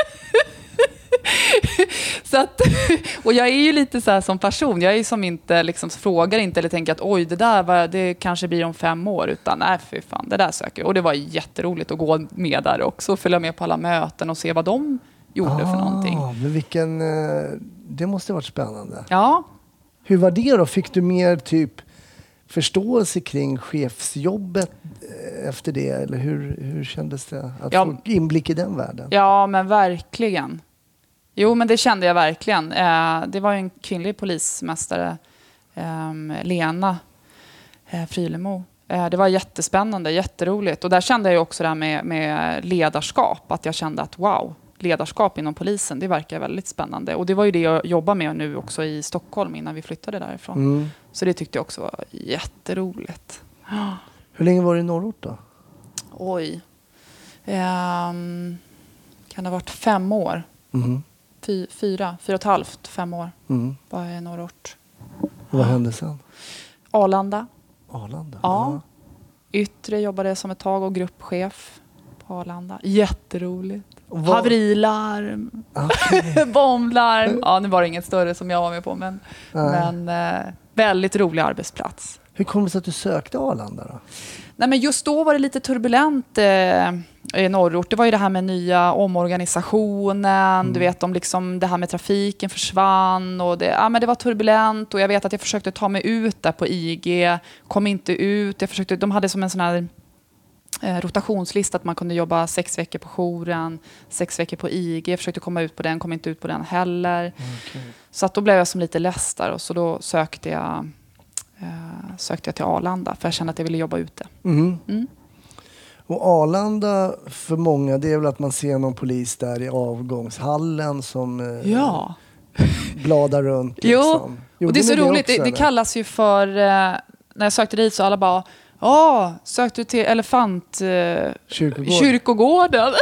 S4: Så att, och jag är ju lite så här som person. Jag är ju som inte, liksom, frågar inte eller tänker att oj, det där var, det kanske blir om fem år. Utan nej, fy fan, det där söker. Och det var jätteroligt att gå med där också. Följa med på alla möten och se vad de gjorde ah, för någonting.
S5: Men vilken, det måste ha varit spännande.
S4: Ja.
S5: Hur var det då? Fick du mer typ förståelse kring chefsjobbet efter det? Eller hur, hur kändes det att
S4: ja.
S5: få inblick i den världen?
S4: Ja, men verkligen. Jo, men det kände jag verkligen. Eh, det var ju en kvinnlig polismästare, eh, Lena eh, Frylemo. Eh, det var jättespännande, jätteroligt. Och där kände jag ju också det här med, med ledarskap. Att jag kände att wow, ledarskap inom polisen, det verkar väldigt spännande. Och det var ju det jag jobbade med nu också i Stockholm innan vi flyttade därifrån. Mm. Så det tyckte jag också var jätteroligt.
S5: Hur länge var du i norrort då?
S4: Oj. Um, kan det ha varit fem år?
S5: Mm.
S4: Fy, fyra, fyra och ett halvt, fem år
S5: mm.
S4: var jag i norrort.
S5: Och vad hände sen?
S4: Arlanda.
S5: Arlanda?
S4: Ja. ja. Yttre jobbade jag som ett tag och gruppchef på Arlanda. Jätteroligt. Vad? Haverilarm. Okay. Bomblarm. Ja, nu var det inget större som jag var med på. Men, men eh, väldigt rolig arbetsplats.
S5: Hur kom det sig att du sökte Arlanda då?
S4: Nej, men just då var det lite turbulent eh, i norrort. Det var ju det här med nya omorganisationen. Mm. Du vet, om liksom det här med trafiken försvann. Och det, ja, men det var turbulent. Och jag vet att jag försökte ta mig ut där på I G. Kom inte ut. Jag försökte, de hade som en sån här rotationslista att man kunde jobba sex veckor på jouren, sex veckor på I G. Jag försökte komma ut på den, kom inte ut på den heller. Okay. Så att då blev jag som lite less där och så då sökte jag, eh, sökte jag till Arlanda för jag kände att jag ville jobba ute.
S5: Mm.
S4: Mm.
S5: Och Arlanda för många, det är väl att man ser någon polis där i avgångshallen som eh,
S4: ja.
S5: bladar runt. Liksom.
S4: Jo, och det är så roligt. Det, det kallas ju för, eh, när jag sökte dit så alla bara ja, oh, sökte du till elefant eh,
S5: Kyrkogård.
S4: kyrkogården.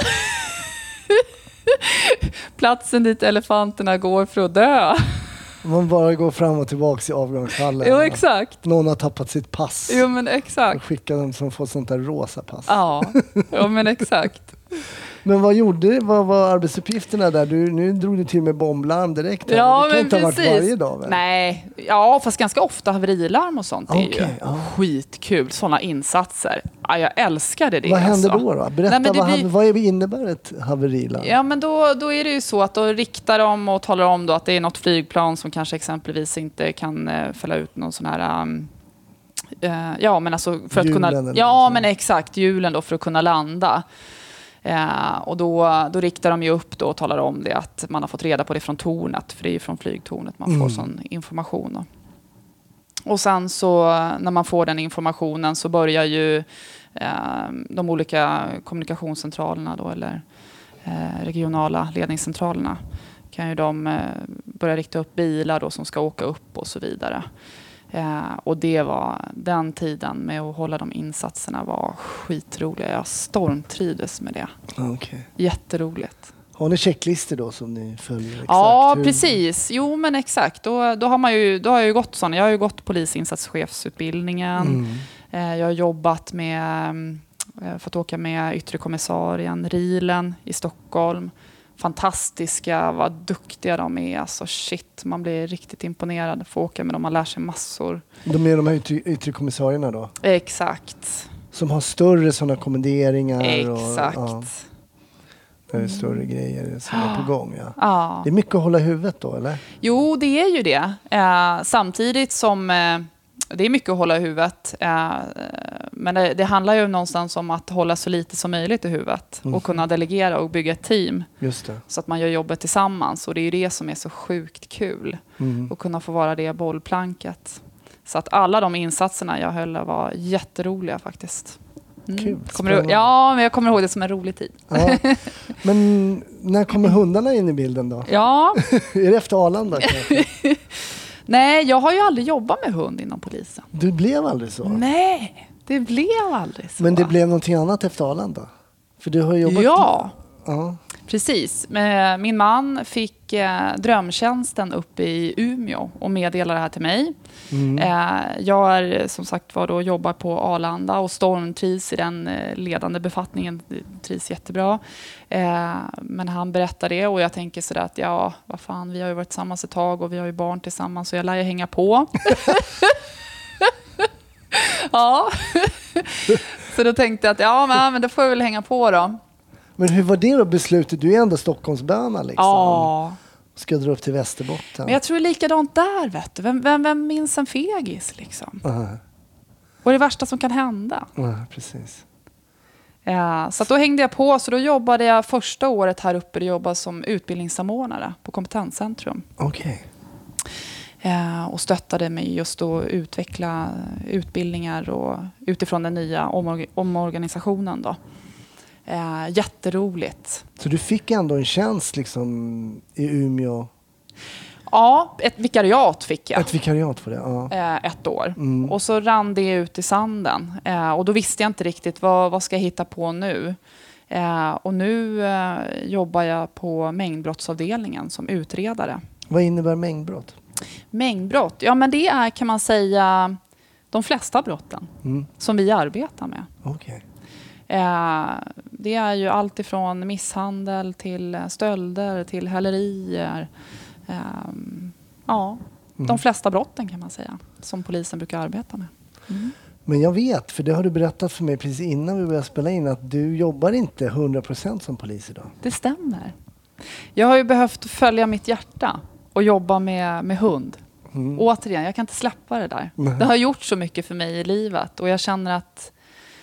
S4: Platsen dit elefanterna går för att dö.
S5: Man bara går fram och tillbaka i avgångshallen.
S4: Jo, exakt.
S5: Någon har tappat sitt pass.
S4: Jo, men exakt.
S5: Och skickar dem som får sånt där rosa pass.
S4: Ja, jo, men exakt.
S5: Men vad gjorde vad var arbetsuppgifterna där? Du, nu drog du till med bomblarm direkt. Här.
S4: Ja,
S5: det kan
S4: men
S5: inte
S4: precis.
S5: ha varit varje dag, väl?
S4: Nej, ja, fast ganska ofta haverilarm och sånt.
S5: Okay,
S4: är ju
S5: ja.
S4: skitkul. Sådana insatser. Ja, jag älskade det.
S5: Vad händer
S4: alltså.
S5: då? då? Berätta,
S4: Nej,
S5: vad,
S4: blir...
S5: vad innebär ett haverilarm?
S4: Ja, men då, då är det ju så att då riktar de och talar om då att det är något flygplan som kanske exempelvis inte kan uh, fälla ut någon sån här... Um, uh, ja, men alltså för att kunna... Ja, men exakt. Hjulen då för att kunna landa. Eh, och då, då riktar de ju upp då och talar om det att man har fått reda på det från tornet, för det är ju från flygtornet man får
S5: mm.
S4: sån information då. Och sen så när man får den informationen så börjar ju eh, de olika kommunikationscentralerna då, eller eh, regionala ledningscentralerna kan ju de eh, börja rikta upp bilar då som ska åka upp och så vidare. Eh, och det var den tiden med att hålla de insatserna var skitroliga. Jag stormtrivdes med det.
S5: Okay.
S4: Jätteroligt.
S5: Har ni checklister då som ni följer? Exakt?
S4: Ja,
S5: Hur...
S4: precis. Jo, men exakt. Då, då har man ju, då har jag ju gått sån. Jag har ju gått polisinsatschefsutbildningen. Mm. Eh, jag har jobbat med, eh, fått åka med yttre kommissarien, Rilen i Stockholm. Fantastiska, vad duktiga de är. Alltså shit, man blir riktigt imponerad. Får åka med dem, man lär sig massor.
S5: De är de här yttre, yttre kommissarierna då?
S4: Exakt.
S5: Som har större sådana kommenderingar?
S4: Exakt.
S5: Och, ja. Det är större grejer som är på gång. Ja.
S4: Ja.
S5: Det är mycket att hålla huvudet då, eller?
S4: Jo, det är ju det. Eh, samtidigt som eh, det är mycket att hålla i huvudet. Eh, men det, det handlar ju någonstans om att hålla så lite som möjligt i huvudet.
S5: Mm.
S4: Och kunna delegera och bygga ett team.
S5: Just det.
S4: Så att man gör jobbet tillsammans. Och det är ju det som är så sjukt kul.
S5: Mm.
S4: Att kunna få vara det bollplanket. Så att alla de insatserna jag höll var jätteroliga faktiskt. Mm.
S5: Kul.
S4: Kommer du, ja, men jag kommer ihåg det som en rolig tid.
S5: Ja. Men när kommer hundarna in i bilden då?
S4: Ja.
S5: Är det efter Arlanda kanske?
S4: Nej, jag har ju aldrig jobbat med hund inom polisen.
S5: Du blev aldrig så?
S4: Nej, det blev aldrig så.
S5: Men det blev någonting annat efter Arlanda? För du har jobbat...
S4: Ja,
S5: Ja.
S4: precis. Men min man fick eh, drömtjänsten uppe i Umeå och meddelade det här till mig.
S5: Mm.
S4: Eh, jag är som sagt var då jobbar på Arlanda och stormtrivs i den eh, ledande befattningen. Trivs jättebra. Eh, men han berättade det och jag tänker sådär att ja, vad fan, vi har ju varit tillsammans ett tag och vi har ju barn tillsammans så jag lär ju hänga på. Ja. Så då tänkte jag att ja, men, men då får jag väl hänga på då.
S5: Men hur var det då beslutet? Du är ändå Stockholmsböna liksom.
S4: Ja.
S5: Ska dra upp till Västerbotten.
S4: Men jag tror det är likadant där, vet du. Vem, vem, vem minns en fegis liksom?
S5: Uh-huh.
S4: Och det värsta som kan hända.
S5: Uh, precis.
S4: Ja, så att då hängde jag på. Så då jobbade jag första året här uppe. Jag jobbade som utbildningssamordnare på Kompetenscentrum.
S5: Okej.
S4: Okay. Ja, och stöttade mig just att utveckla utbildningar och utifrån den nya omorg- omorganisationen då. Eh, jätteroligt.
S5: Så du fick ändå en tjänst liksom i Umeå?
S4: Ja, ett vikariat fick jag.
S5: Ett vikariat för det, ja.
S4: Eh, ett år.
S5: Mm.
S4: Och så rann det ut i sanden. Eh, och då visste jag inte riktigt vad, vad ska jag hitta på nu. Eh, och nu eh, jobbar jag på mängdbrottsavdelningen som utredare.
S5: Vad innebär mängdbrott?
S4: Mängdbrott, ja men det är kan man säga de flesta brotten
S5: Mm.
S4: som vi arbetar med.
S5: Okej.
S4: Eh, det är ju allt ifrån misshandel till stölder till hälerier. Eh, ja,
S5: Mm.
S4: de flesta brotten kan man säga som polisen brukar arbeta med. Mm.
S5: Men jag vet, för det har du berättat för mig precis innan vi började spela in, att du jobbar inte hundra procent som polis idag.
S4: Det stämmer. Jag har ju behövt följa mitt hjärta och jobba med, med hund.
S5: Mm.
S4: Återigen, jag kan inte släppa det där.
S5: Nej.
S4: Det har gjort så mycket för mig i livet och jag känner att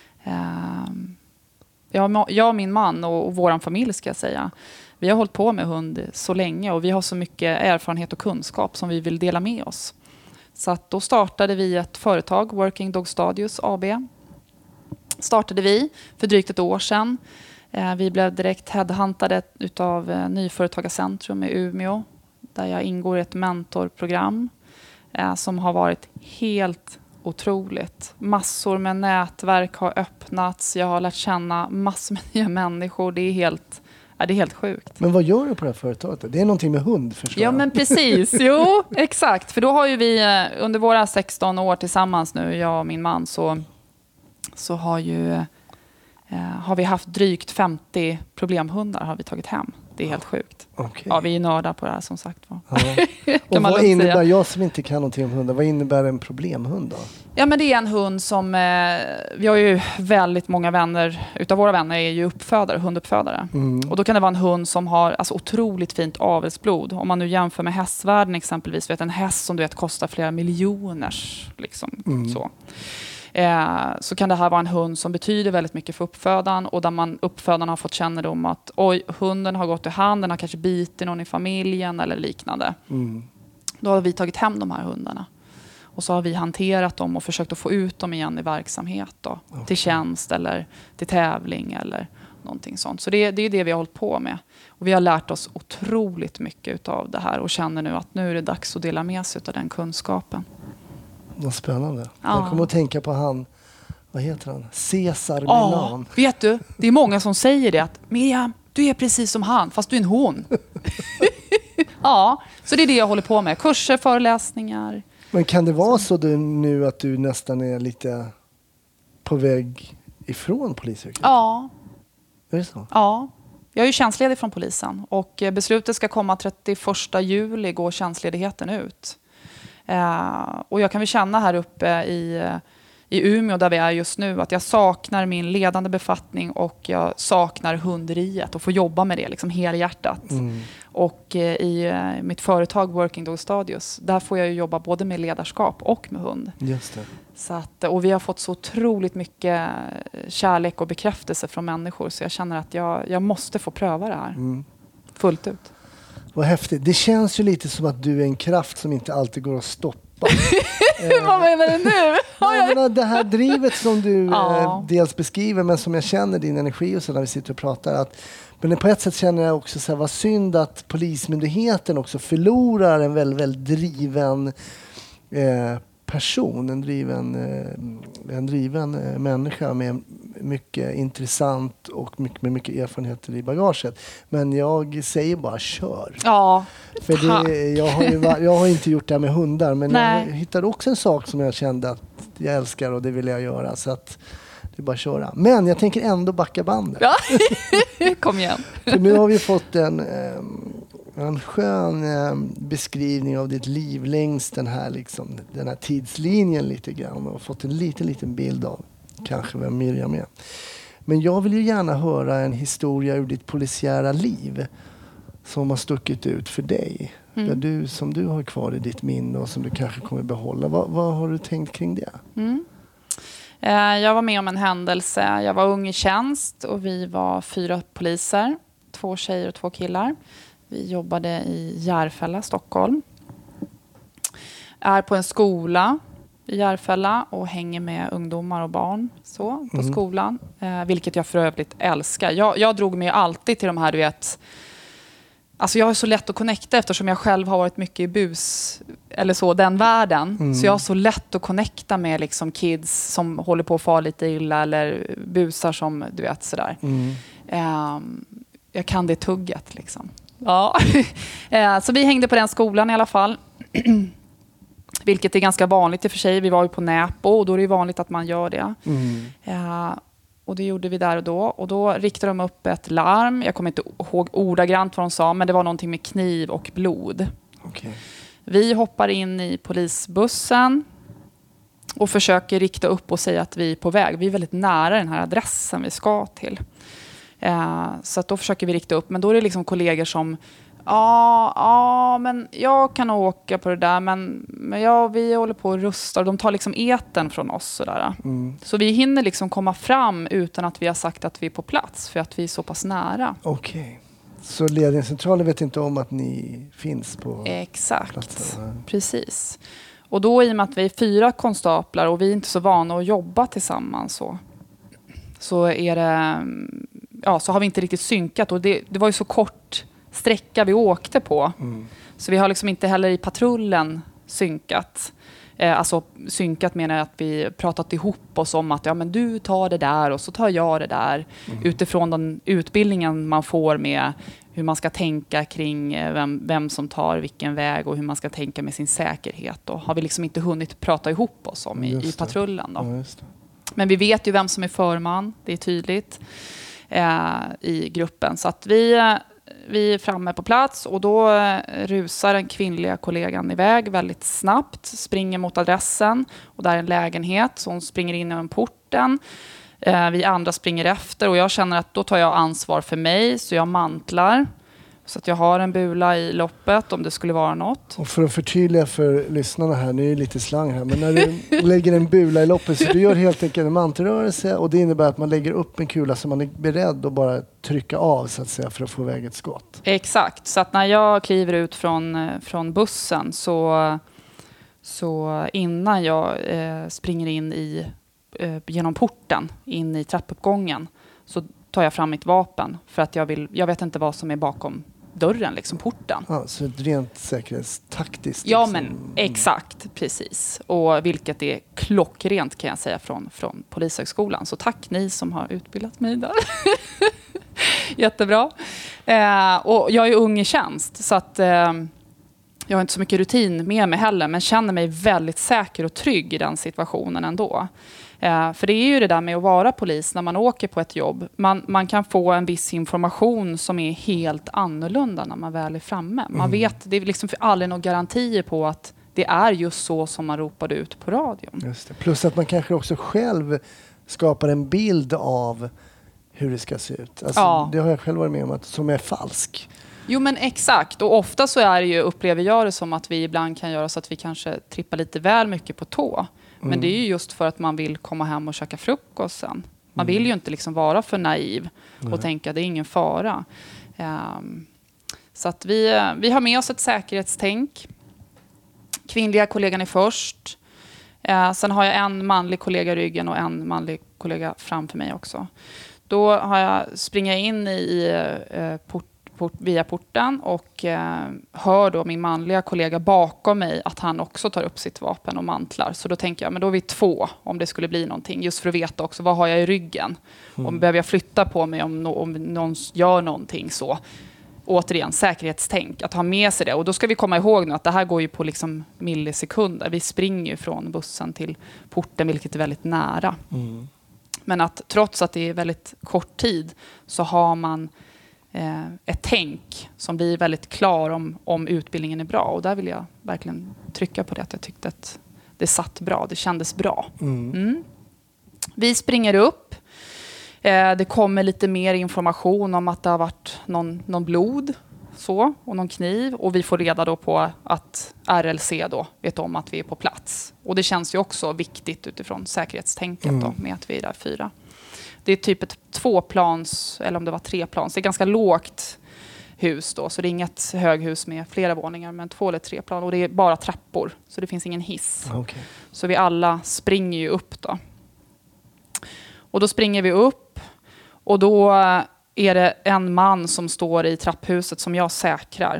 S4: eh, jag, jag och min man och, och vår familj ska jag säga, vi har hållit på med hund så länge och vi har så mycket erfarenhet och kunskap som vi vill dela med oss. Så att då startade vi ett företag, Working Dog Studios A B. Startade vi för drygt ett år sedan. Eh, vi blev direkt headhuntade utav eh, Nyföretagarcentrum i Umeå. Där jag ingår i ett mentorprogram eh, som har varit helt otroligt. Massor med nätverk har öppnats. Jag har lärt känna massor med nya människor. Det är helt, ja, det är helt sjukt.
S5: Men vad gör du på det här företaget? Det är någonting med hund, förstår
S4: Ja,
S5: jag.
S4: men precis. Jo, exakt. För då har ju vi eh, under våra sexton år tillsammans nu, jag och min man, så, så har ju eh, har vi haft drygt femtio problemhundar har vi tagit hem. Det är helt sjukt.
S5: Okay.
S4: Ja, vi är nördar på det här som sagt. Va?
S5: Ja. Och
S4: man
S5: vad
S4: lugnt
S5: innebär,
S4: säga.
S5: jag som inte kan någonting om hundar, vad innebär en problemhund då?
S4: Ja, men det är en hund som, eh, vi har ju väldigt många vänner, utav våra vänner är ju uppfödare, hunduppfödare.
S5: Mm.
S4: Och då kan det vara en hund som har alltså, otroligt fint avelsblod. Om man nu jämför med hästvärlden exempelvis, vet en häst som du vet kostar flera miljoners liksom
S5: Mm.
S4: så. Eh, så kan det här vara en hund som betyder väldigt mycket för uppfödaren och där man, uppfödaren har fått kännedom att oj, hunden har gått i hand, den har kanske bitit någon i familjen eller liknande.
S5: Mm.
S4: Då har vi tagit hem de här hundarna. Och så har vi hanterat dem och försökt att få ut dem igen i verksamhet då,
S5: Okay.
S4: till tjänst eller till tävling eller någonting sånt. Så det, det är det vi har hållit på med. Och vi har lärt oss otroligt mycket av det här och känner nu att nu är det dags att dela med sig av den kunskapen.
S5: Vad spännande.
S4: Ja.
S5: Jag kommer att tänka på han, vad heter han? Cesar
S4: Ja,
S5: Milan.
S4: vet du, det är många som säger det att Miriam, du är precis som han, fast du är en hon. Ja, så det är det jag håller på med. Kurser, föreläsningar.
S5: Men kan det vara så du, nu att du nästan är lite på väg ifrån polisyrket?
S4: Ja,
S5: Är det så?
S4: ja. Jag är ju tjänstledig från polisen och eh, beslutet ska komma trettioförsta juli, går tjänstledigheten ut. Eh, och jag kan väl känna här uppe i, i Umeå där vi är just nu, att jag saknar min ledande befattning och jag saknar hunderiet och får jobba med det liksom helhjärtat. Mm. Och eh, i eh, mitt företag Working Dog Studios, där får jag ju jobba både med ledarskap och med hund.
S5: Just det.
S4: Så att, och vi har fått så otroligt mycket kärlek och bekräftelse från människor, så jag känner att jag, jag måste få pröva det här mm. fullt ut.
S5: Vad häftigt. Det känns ju lite som att du är en kraft som inte alltid går att stoppa.
S4: Vad menar du nu?
S5: Jag menar, det här drivet som du ja. eh, dels beskriver, men som jag känner din energi och så när vi sitter och pratar. Att, men på ett sätt känner jag också så här, vad synd att Polismyndigheten också förlorar en väldigt, väldigt driven eh, person, en driven, eh, en driven eh, människa med mycket intressant och mycket, med mycket erfarenheter i bagaget. Men jag säger bara kör.
S4: Ja,
S5: för det, jag, har ju, jag har inte gjort det här med hundar, men Nej. jag hittade också en sak som jag kände att jag älskar och det vill jag göra. Så att det är bara att köra. Men jag tänker ändå backa bandet.
S4: Ja, kom igen.
S5: För nu har vi fått en... Eh, en skön eh, beskrivning av ditt liv längs den här, liksom, den här tidslinjen lite grann och fått en liten, liten bild av kanske vem Miriam är. Men jag vill ju gärna höra en historia ur ditt polisiära liv som har stuckit ut för dig. Mm. Där du, som du har kvar i ditt minne och som du kanske kommer behålla. Va, vad har du tänkt kring det?
S4: Mm. Eh, jag var med om en händelse. Jag var ung i tjänst och vi var fyra poliser. Två tjejer och två killar. Vi jobbade i Järfälla, Stockholm. Är på en skola i Järfälla och hänger med ungdomar och barn så, på mm. skolan. Eh, vilket jag för övrigt älskar. Jag, jag drog mig alltid till de här, du vet... Alltså jag är så lätt att connecta eftersom jag själv har varit mycket i bus eller så, den världen. Mm. Så jag har så lätt att connecta med liksom kids som håller på att få lite illa eller busar som, du vet, sådär. Mm. Eh, jag kan det tugget liksom. Ja, så vi hängde på den skolan i alla fall. Vilket är ganska vanligt i och för sig. Vi var ju på Näpo och då är det vanligt att man gör det. Mm. Ja, och det gjorde vi där och då. Och då riktade de upp ett larm. Jag kommer inte ihåg ordagrant vad de sa, men det var någonting med kniv och blod.
S5: Okay.
S4: Vi hoppar in i polisbussen och försöker rikta upp och säga att vi är på väg. Vi är väldigt nära den här adressen vi ska till. Uh, så att då försöker vi rikta upp. Men då är det liksom kollegor som ja, ja men jag kan åka på det där, men, men ja, vi håller på att rusta. De tar liksom eten från oss sådär. Mm. Så vi hinner liksom komma fram utan att vi har sagt att vi är på plats, för att vi är så pass nära.
S5: Okej. Okay. Så ledningscentralen vet inte om att ni finns på
S4: Exakt.
S5: Platsen?
S4: Precis. Och då, i och med att vi är fyra konstaplar och vi är inte så vana att jobba tillsammans så, så är det ja, så har vi inte riktigt synkat, och det, det var ju så kort sträcka vi åkte på. Mm. Så vi har liksom inte heller i patrullen synkat. Eh, alltså synkat menar jag att vi pratat ihop oss om att ja, men du tar det där och så tar jag det där. Mm. Utifrån den utbildningen man får med hur man ska tänka kring vem, vem som tar vilken väg och hur man ska tänka med sin säkerhet. Då har vi liksom inte hunnit prata ihop oss om i, i patrullen. Då.
S5: Ja,
S4: men vi vet ju vem som är förman, det är tydligt. Eh, i gruppen. Så att vi, vi är framme på plats och då rusar den kvinnliga kollegan iväg väldigt snabbt, springer mot adressen och där är en lägenhet, så hon springer in genom porten. Eh, vi andra springer efter och jag känner att då tar jag ansvar för mig, så jag mantlar så att jag har en bula i loppet om det skulle vara något.
S5: Och för att förtydliga för lyssnarna här, nu är det lite slang här, men när du lägger en bula i loppet så du gör helt enkelt en mantelrörelse, och det innebär att man lägger upp en kula så man är beredd att bara trycka av så att säga för att få iväg ett skott.
S4: Exakt, så att när jag kliver ut från, från bussen så, så innan jag eh, springer in i, eh, genom porten in i trappuppgången så tar jag fram mitt vapen för att jag vill, jag vet inte vad som är bakom dörren, liksom porten.
S5: Ja, så ett rent säkerhetstaktiskt.
S4: Ja,
S5: liksom.
S4: men exakt, precis. Och vilket är klockrent kan jag säga från, från Polishögskolan. Så tack ni som har utbildat mig där. Jättebra. Eh, och jag är ung i tjänst så att eh, jag har inte så mycket rutin med mig heller, men känner mig väldigt säker och trygg i den situationen ändå. Eh, för det är ju det där med att vara polis när man åker på ett jobb. Man, man kan få en viss information som är helt annorlunda när man väl är framme. Man mm. vet, det är liksom aldrig några garantier på att det är just så som man ropade ut på radion.
S5: Just det. Plus att man kanske också själv skapar en bild av hur det ska se ut. Alltså,
S4: Ja.
S5: Det har jag själv varit med om, att, som är falsk.
S4: Jo men exakt, och ofta så är det ju, upplever jag det som att vi ibland kan göra så att vi kanske trippar lite väl mycket på tå. Men
S5: Mm.
S4: det är ju just för att man vill komma hem och käka frukost sen. Man vill ju inte liksom vara för naiv och
S5: Nej.
S4: tänka det är ingen fara. Um, så att vi, vi har med oss ett säkerhetstänk. Kvinnliga kollegan är först. Uh, sen har jag en manlig kollega i ryggen och en manlig kollega framför mig också. Då har jag, springer jag in i uh, port, port, via porten och uh, hör då min manliga kollega bakom mig att han också tar upp sitt vapen och mantlar. Så då tänker jag, men då är vi två om det skulle bli någonting. Just för att veta också, vad har jag i ryggen?
S5: Mm.
S4: Om behöver jag flytta på mig om, no, om någon gör någonting så. Återigen, säkerhetstänk, att ha med sig det. Och då ska vi komma ihåg nu att det här går ju på liksom millisekunder. Vi springer ju från bussen till porten, vilket är väldigt nära.
S5: Mm.
S4: Men att trots att det är väldigt kort tid så har man eh, ett tänk som blir väldigt klar om, om utbildningen är bra. Och där vill jag verkligen trycka på det, att jag tyckte att det satt bra, det kändes bra.
S5: Mm.
S4: Mm. Vi springer upp. Eh, det kommer lite mer information om att det har varit någon, någon blod så, och någon kniv. Och vi får reda då på att R L C då vet om att vi är på plats. Och det känns ju också viktigt utifrån säkerhetstänket
S5: Mm.
S4: då, med att vi är där fyra. Det är typ ett tvåplans, eller om det var treplans. Det är ganska lågt hus då, så det är inget höghus med flera våningar, men två eller tre plan. Och det är bara trappor, så det finns ingen hiss.
S5: Okay.
S4: Så vi alla springer ju upp då. Och då springer vi upp och då är det en man som står i trapphuset som jag säkrar.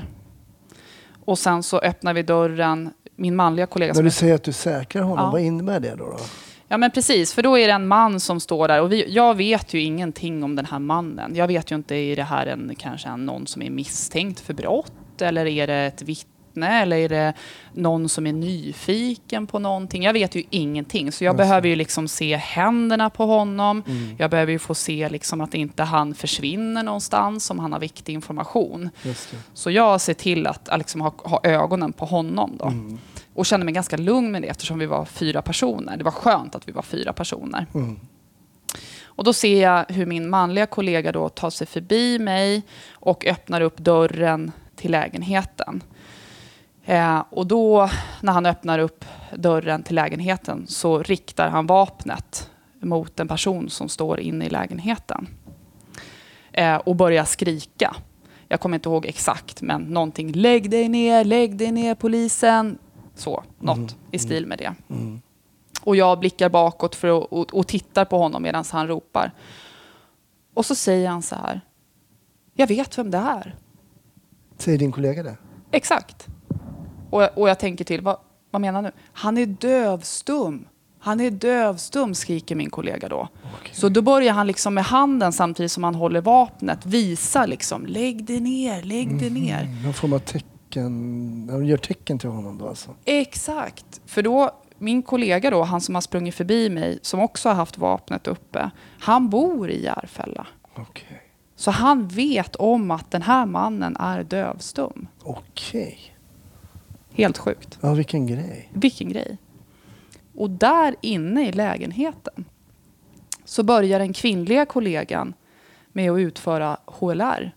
S4: Och sen så öppnar vi dörren. Min manliga kollega...
S5: När
S4: som
S5: du
S4: är...
S5: säger att du säkrar honom,
S4: Ja.
S5: vad innebär det då? då?
S4: Ja men precis, för då är det en man som står där. Och vi, jag vet ju ingenting om den här mannen. Jag vet ju inte, är det här en, kanske en, någon som är misstänkt för brott? Eller är det ett vittne? Eller är det någon som är nyfiken på någonting? Jag vet ju ingenting. Så jag
S5: Just
S4: behöver
S5: det.
S4: ju liksom se händerna på honom.
S5: Mm.
S4: Jag behöver ju få se liksom att inte han försvinner någonstans om han har viktig information.
S5: Just det.
S4: Så jag ser till att liksom ha, ha ögonen på honom då.
S5: Mm.
S4: Och kände mig ganska lugn med det eftersom vi var fyra personer. Det var skönt att vi var fyra personer.
S5: Mm.
S4: Och då ser jag hur min manliga kollega då tar sig förbi mig och öppnar upp dörren till lägenheten. Eh, och då när han öppnar upp dörren till lägenheten så riktar han vapnet mot en person som står inne i lägenheten. Eh, och börjar skrika. Jag kommer inte ihåg exakt, men någonting. Lägg dig ner, lägg dig ner polisen. Så, något
S5: Mm.
S4: i stil med det.
S5: Mm.
S4: Och jag blickar bakåt för att, och, och tittar på honom medan han ropar. Och så säger han så här. Jag vet vem det är.
S5: Säger din kollega det?
S4: Exakt. Och, jag- och jag tänker till, vad, vad menar du? Han är dövstum. Han är dövstum, skriker min kollega då.
S5: Okay.
S4: Så då börjar han liksom med handen samtidigt som han håller vapnet visa liksom, lägg dig ner, lägg dig ner.
S5: Mm. Någon form av tecken. De gör tecken till honom då alltså?
S4: Exakt. För då, min kollega då, han som har sprungit förbi mig, som också har haft vapnet uppe, han bor i Järfälla.
S5: Okej.
S4: Så han vet om att den här mannen är dövstum.
S5: Okej.
S4: Helt sjukt.
S5: Ja, vilken grej.
S4: Vilken grej. Och där inne i lägenheten så börjar den kvinnliga kollegan med att utföra H L R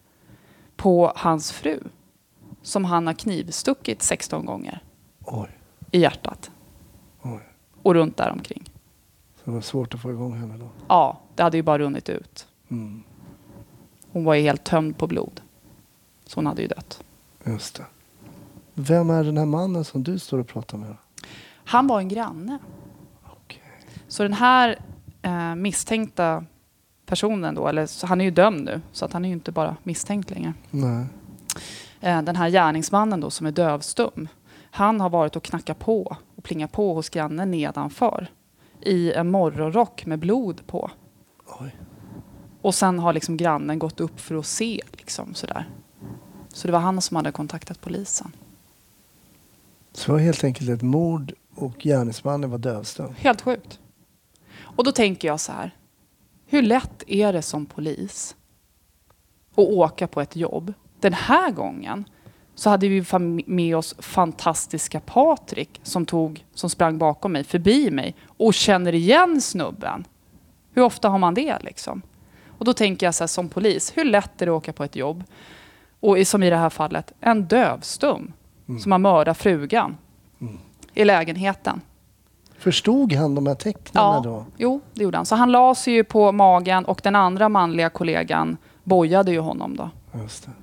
S4: på hans fru. Som han har knivstuckit sexton gånger
S5: Oj.
S4: i hjärtat.
S5: Oj.
S4: Och runt där omkring.
S5: Så det var svårt att få igång henne då.
S4: Ja, det hade ju bara runnit ut.
S5: Mm.
S4: Hon var ju helt tömd på blod. Så hon hade ju dött.
S5: Just det. Vem är den här mannen som du står och pratar med?
S4: Han var en granne.
S5: Okej.
S4: Så den här eh, misstänkta personen då, eller så han är ju dömd nu, så att han är ju inte bara misstänkt längre.
S5: Nej.
S4: Eh, den här gärningsmannen då som är dövstum, han har varit och knackat på och plingat på hos grannen nedanför i en morgonrock med blod på.
S5: Oj.
S4: Och sen har liksom grannen gått upp för att se liksom sådär. Så det var han som hade kontaktat polisen.
S5: Så det var helt enkelt ett mord och gärningsmannen var dövstum.
S4: Helt sjukt. Och då tänker jag så här. Hur lätt är det som polis att åka på ett jobb? Den här gången så hade vi fam- med oss fantastiska Patrik som, tog, som sprang bakom mig, förbi mig och känner igen snubben. Hur ofta har man det liksom? Och då tänker jag så här, som polis, hur lätt är det att åka på ett jobb? Och i- som i det här fallet, en dövstum
S5: Mm.
S4: som har mördat frugan
S5: Mm.
S4: i lägenheten.
S5: Förstod han de här tecknen
S4: Ja,
S5: då?
S4: jo, det gjorde han. Så han la sig ju på magen och den andra manliga kollegan bojade ju honom då.
S5: Just det.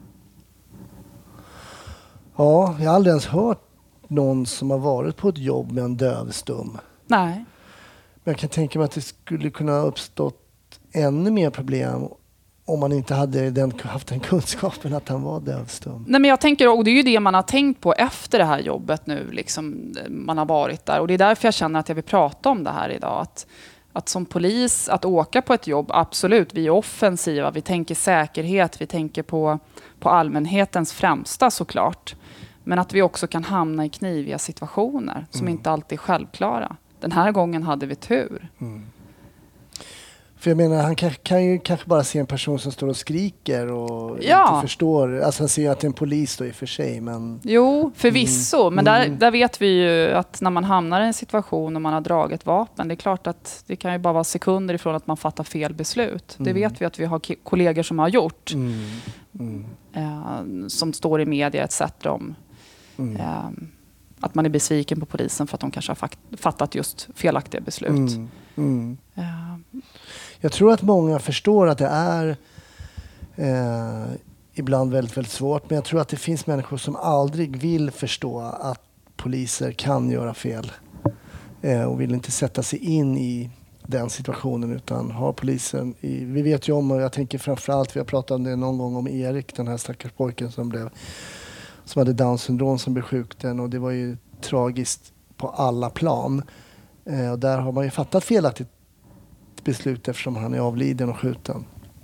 S5: Ja, jag har aldrig ens hört någon som har varit på ett jobb med en dövstum.
S4: Nej.
S5: Men jag kan tänka mig att det skulle kunna ha uppstått ännu mer problem om man inte hade den, haft den kunskapen att han var dövstum.
S4: Nej, men jag tänker, och det är ju det man har tänkt på efter det här jobbet nu, liksom, man har varit där. Och det är därför jag känner att jag vill prata om det här idag. Att, att som polis, att åka på ett jobb, absolut, vi är offensiva, vi tänker säkerhet, vi tänker på, på allmänhetens främsta såklart. Men att vi också kan hamna i kniviga situationer som
S5: Mm.
S4: inte alltid är självklara. Den här gången hade vi tur.
S5: Mm. För jag menar, han kan, kan ju kanske bara se en person som står och skriker och
S4: Ja.
S5: inte förstår. Alltså han ser ju att det är en polis då i och för sig, men...
S4: Jo, förvisso. Men där,
S5: Mm.
S4: där vet vi ju att när man hamnar i en situation och man har dragit vapen, det är klart att det kan ju bara vara sekunder ifrån att man fattar fel beslut. Det
S5: Mm.
S4: vet vi att vi har ki- kollegor som har gjort.
S5: Mm. Mm.
S4: Eh, som står i media et cetera om
S5: Mm.
S4: eh, att man är besviken på polisen för att de kanske har fakt- fattat just felaktiga beslut.
S5: Mm. Mm.
S4: Eh,
S5: Jag tror att många förstår att det är eh, ibland väldigt, väldigt svårt. Men jag tror att det finns människor som aldrig vill förstå att poliser kan göra fel. Eh, och vill inte sätta sig in i den situationen utan har polisen i... Vi vet ju om, och jag tänker framförallt, vi har pratat om det någon gång, om Erik, den här stackars pojken som blev som hade Downs syndrom, som blev skjuten, och det var ju tragiskt på alla plan. Eh, och där har man ju fattat felaktigt beslut eftersom han är avliden och skjuten.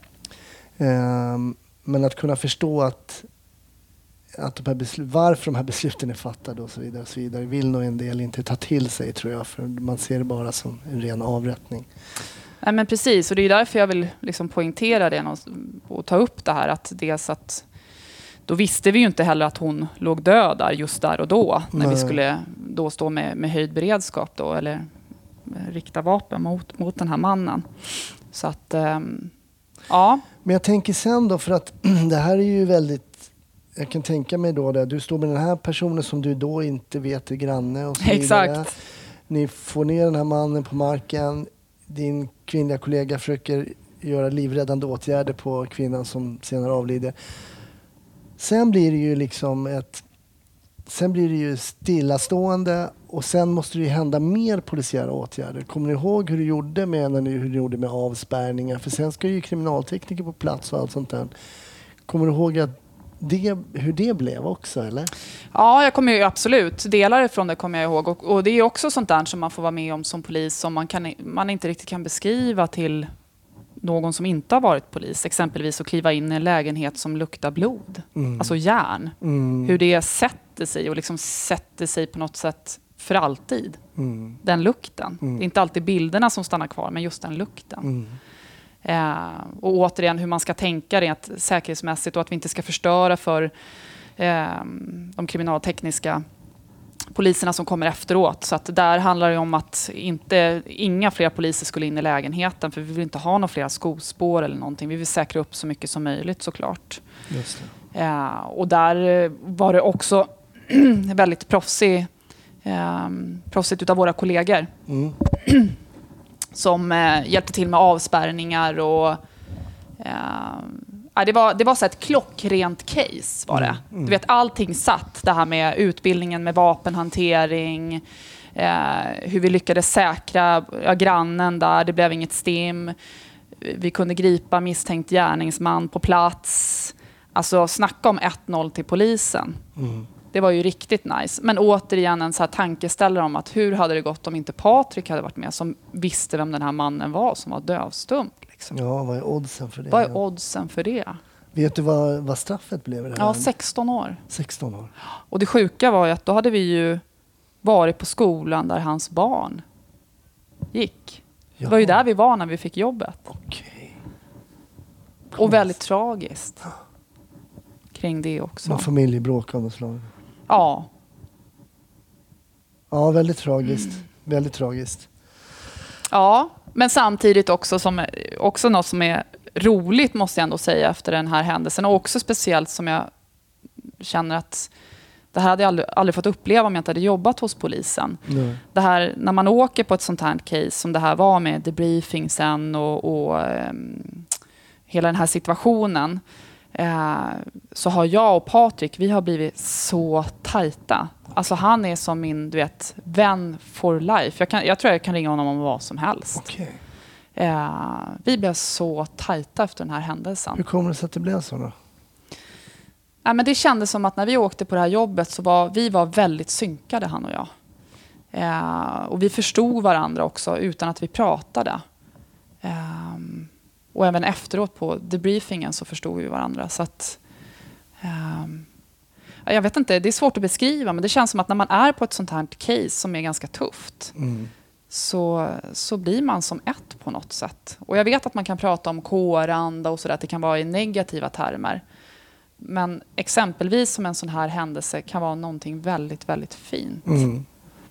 S5: Um, men att kunna förstå att, att de här beslut, varför de här besluten är fattade och så vidare, och så vidare vill nog en del inte ta till sig, tror jag, för man ser det bara som en ren avrättning.
S4: Nej, men precis, och det är därför jag vill liksom poängtera det och, och ta upp det här. Att dels att då visste vi ju inte heller att hon låg död där just där och då. När
S5: Nej.
S4: vi skulle då stå med, med höjd beredskap då, eller rikta vapen mot, mot den här mannen. Så att, um, ja.
S5: Men jag tänker sen då, för att det här är ju väldigt... Jag kan tänka mig då där du står med den här personen som du då inte vet är granne och så vidare.
S4: Exakt.
S5: Ni får ner den här mannen på marken. Din kvinnliga kollega försöker göra livräddande åtgärder på kvinnan som senare avlider. Sen blir det ju liksom ett... Sen blir det ju stillastående och sen måste det ju hända mer polisiära åtgärder. Kommer ni ihåg hur du gjorde med, när ni, hur du gjorde med avspärrningar? För sen ska ju kriminaltekniker på plats och allt sånt där. Kommer du ihåg att det, hur det blev också, eller?
S4: Ja, jag kommer ju absolut. Delar ifrån det kommer jag ihåg. Och, och det är också sånt där som man får vara med om som polis som man, kan, man inte riktigt kan beskriva till någon som inte har varit polis. Exempelvis att kliva in i en lägenhet som luktar blod.
S5: Mm.
S4: Alltså järn.
S5: Mm.
S4: Hur det sätter sig och liksom sätter sig på något sätt för alltid.
S5: Mm.
S4: Den lukten.
S5: Mm.
S4: Det är inte alltid bilderna som stannar kvar, men just den lukten.
S5: Mm.
S4: Eh, och återigen hur man ska tänka rent säkerhetsmässigt och att vi inte ska förstöra för eh, de kriminaltekniska poliserna som kommer efteråt. Så att där handlar det om att inte, inga fler poliser skulle in i lägenheten, för vi vill inte ha några fler skospår eller någonting. Vi vill säkra upp så mycket som möjligt såklart.
S5: Just det.
S4: Eh, och där var det också väldigt proffsig, eh, proffsigt utav våra kollegor
S5: Mm.
S4: som eh, hjälpte till med avspärrningar och eh, ja, det var, det var så ett klockrent case var det.
S5: Mm, mm.
S4: Du vet, allting satt. Det här med utbildningen med vapenhantering, eh, hur vi lyckades säkra ja, grannen där, det blev inget stim. Vi kunde gripa misstänkt gärningsman på plats. Alltså snacka om ett noll till polisen.
S5: Mm.
S4: Det var ju riktigt nice. Men återigen en så här tankeställare om att hur hade det gått om inte Patrik hade varit med som visste vem den här mannen var som var dövstum. Liksom.
S5: Ja, vad är oddsen för det?
S4: Vad är oddsen för det?
S5: Vet du vad, vad straffet blev? Det här?
S4: Ja, sexton år.
S5: sexton år.
S4: Och det sjuka var ju att då hade vi ju varit på skolan där hans barn gick. Det var ju där vi var när vi fick jobbet.
S5: Okej.
S4: Och väldigt tragiskt. kring det också.
S5: Någon familjebråk av något slag.
S4: Ja.
S5: Ja, väldigt tragiskt. Mm. Väldigt tragiskt.
S4: Ja, men samtidigt också, som, också något som är roligt måste jag ändå säga efter den här händelsen. Och också speciellt som jag känner att det här hade jag aldrig, aldrig fått uppleva om jag inte hade jobbat hos polisen. Mm. Det här, när man åker på ett sånt här case som det här var med debriefingsen och, och um, hela den här situationen, eh, så har jag och Patrik, vi har blivit så tajta. Alltså han är som min, du vet, vän for life. Jag, kan, jag tror jag kan ringa honom om vad som helst.
S5: Okay.
S4: Eh, vi blev så tajta efter den här händelsen.
S5: Hur kommer det sig att det blev så då?
S4: Ja, men det kändes som att när vi åkte på det här jobbet så var vi var väldigt synkade, han och jag. Eh, och vi förstod varandra också utan att vi pratade. Eh, och även efteråt på debriefingen så förstod vi varandra. Så att, eh, jag vet inte, det är svårt att beskriva, men det känns som att när man är på ett sånt här case som är ganska tufft, mm. så, så blir man som ett på något sätt. Och jag vet att man kan prata om kåranda och sådär, att det kan vara i negativa termer. Men exempelvis som en sån här händelse kan vara någonting väldigt, väldigt fint. Mm.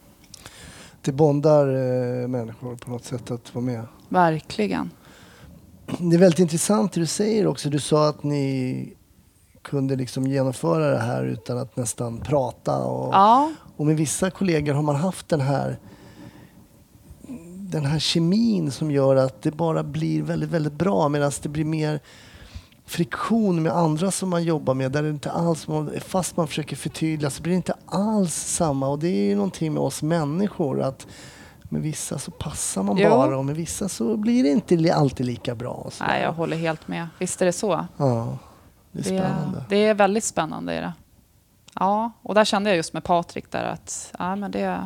S5: Det bondar eh, människor på något sätt att vara med.
S4: Verkligen.
S5: Det är väldigt intressant det du säger också. Du sa att ni kunde liksom genomföra det här utan att nästan prata. Och,
S4: ja.
S5: och med vissa kollegor har man haft den här den här kemin som gör att det bara blir väldigt, väldigt bra, medan det blir mer friktion med andra som man jobbar med, där det inte alls, fast man försöker förtydliga, så blir det inte alls samma. Och det är ju någonting med oss människor, att med vissa så passar man jo. bara och med vissa så blir det inte alltid lika bra. Så.
S4: Nej, jag håller helt med. Visst är det så?
S5: Ja, det är spännande.
S4: Det, det är väldigt spännande. Är det. Ja, och där kände jag just med Patrik där att ja, men det,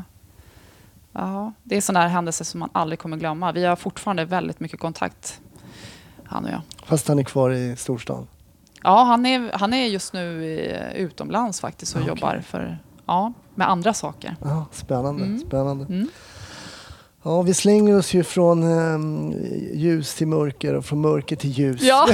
S4: ja, det är sådana här händelser som man aldrig kommer glömma. Vi har fortfarande väldigt mycket kontakt, han och jag.
S5: Fast han är kvar i storstan?
S4: Ja, han är, han är just nu i, utomlands faktiskt och okay. jobbar för, ja, med andra saker.
S5: Ja, spännande, mm. spännande.
S4: Mm.
S5: Ja, vi slänger oss ju från um, ljus till mörker och från mörker till ljus.
S4: Ja.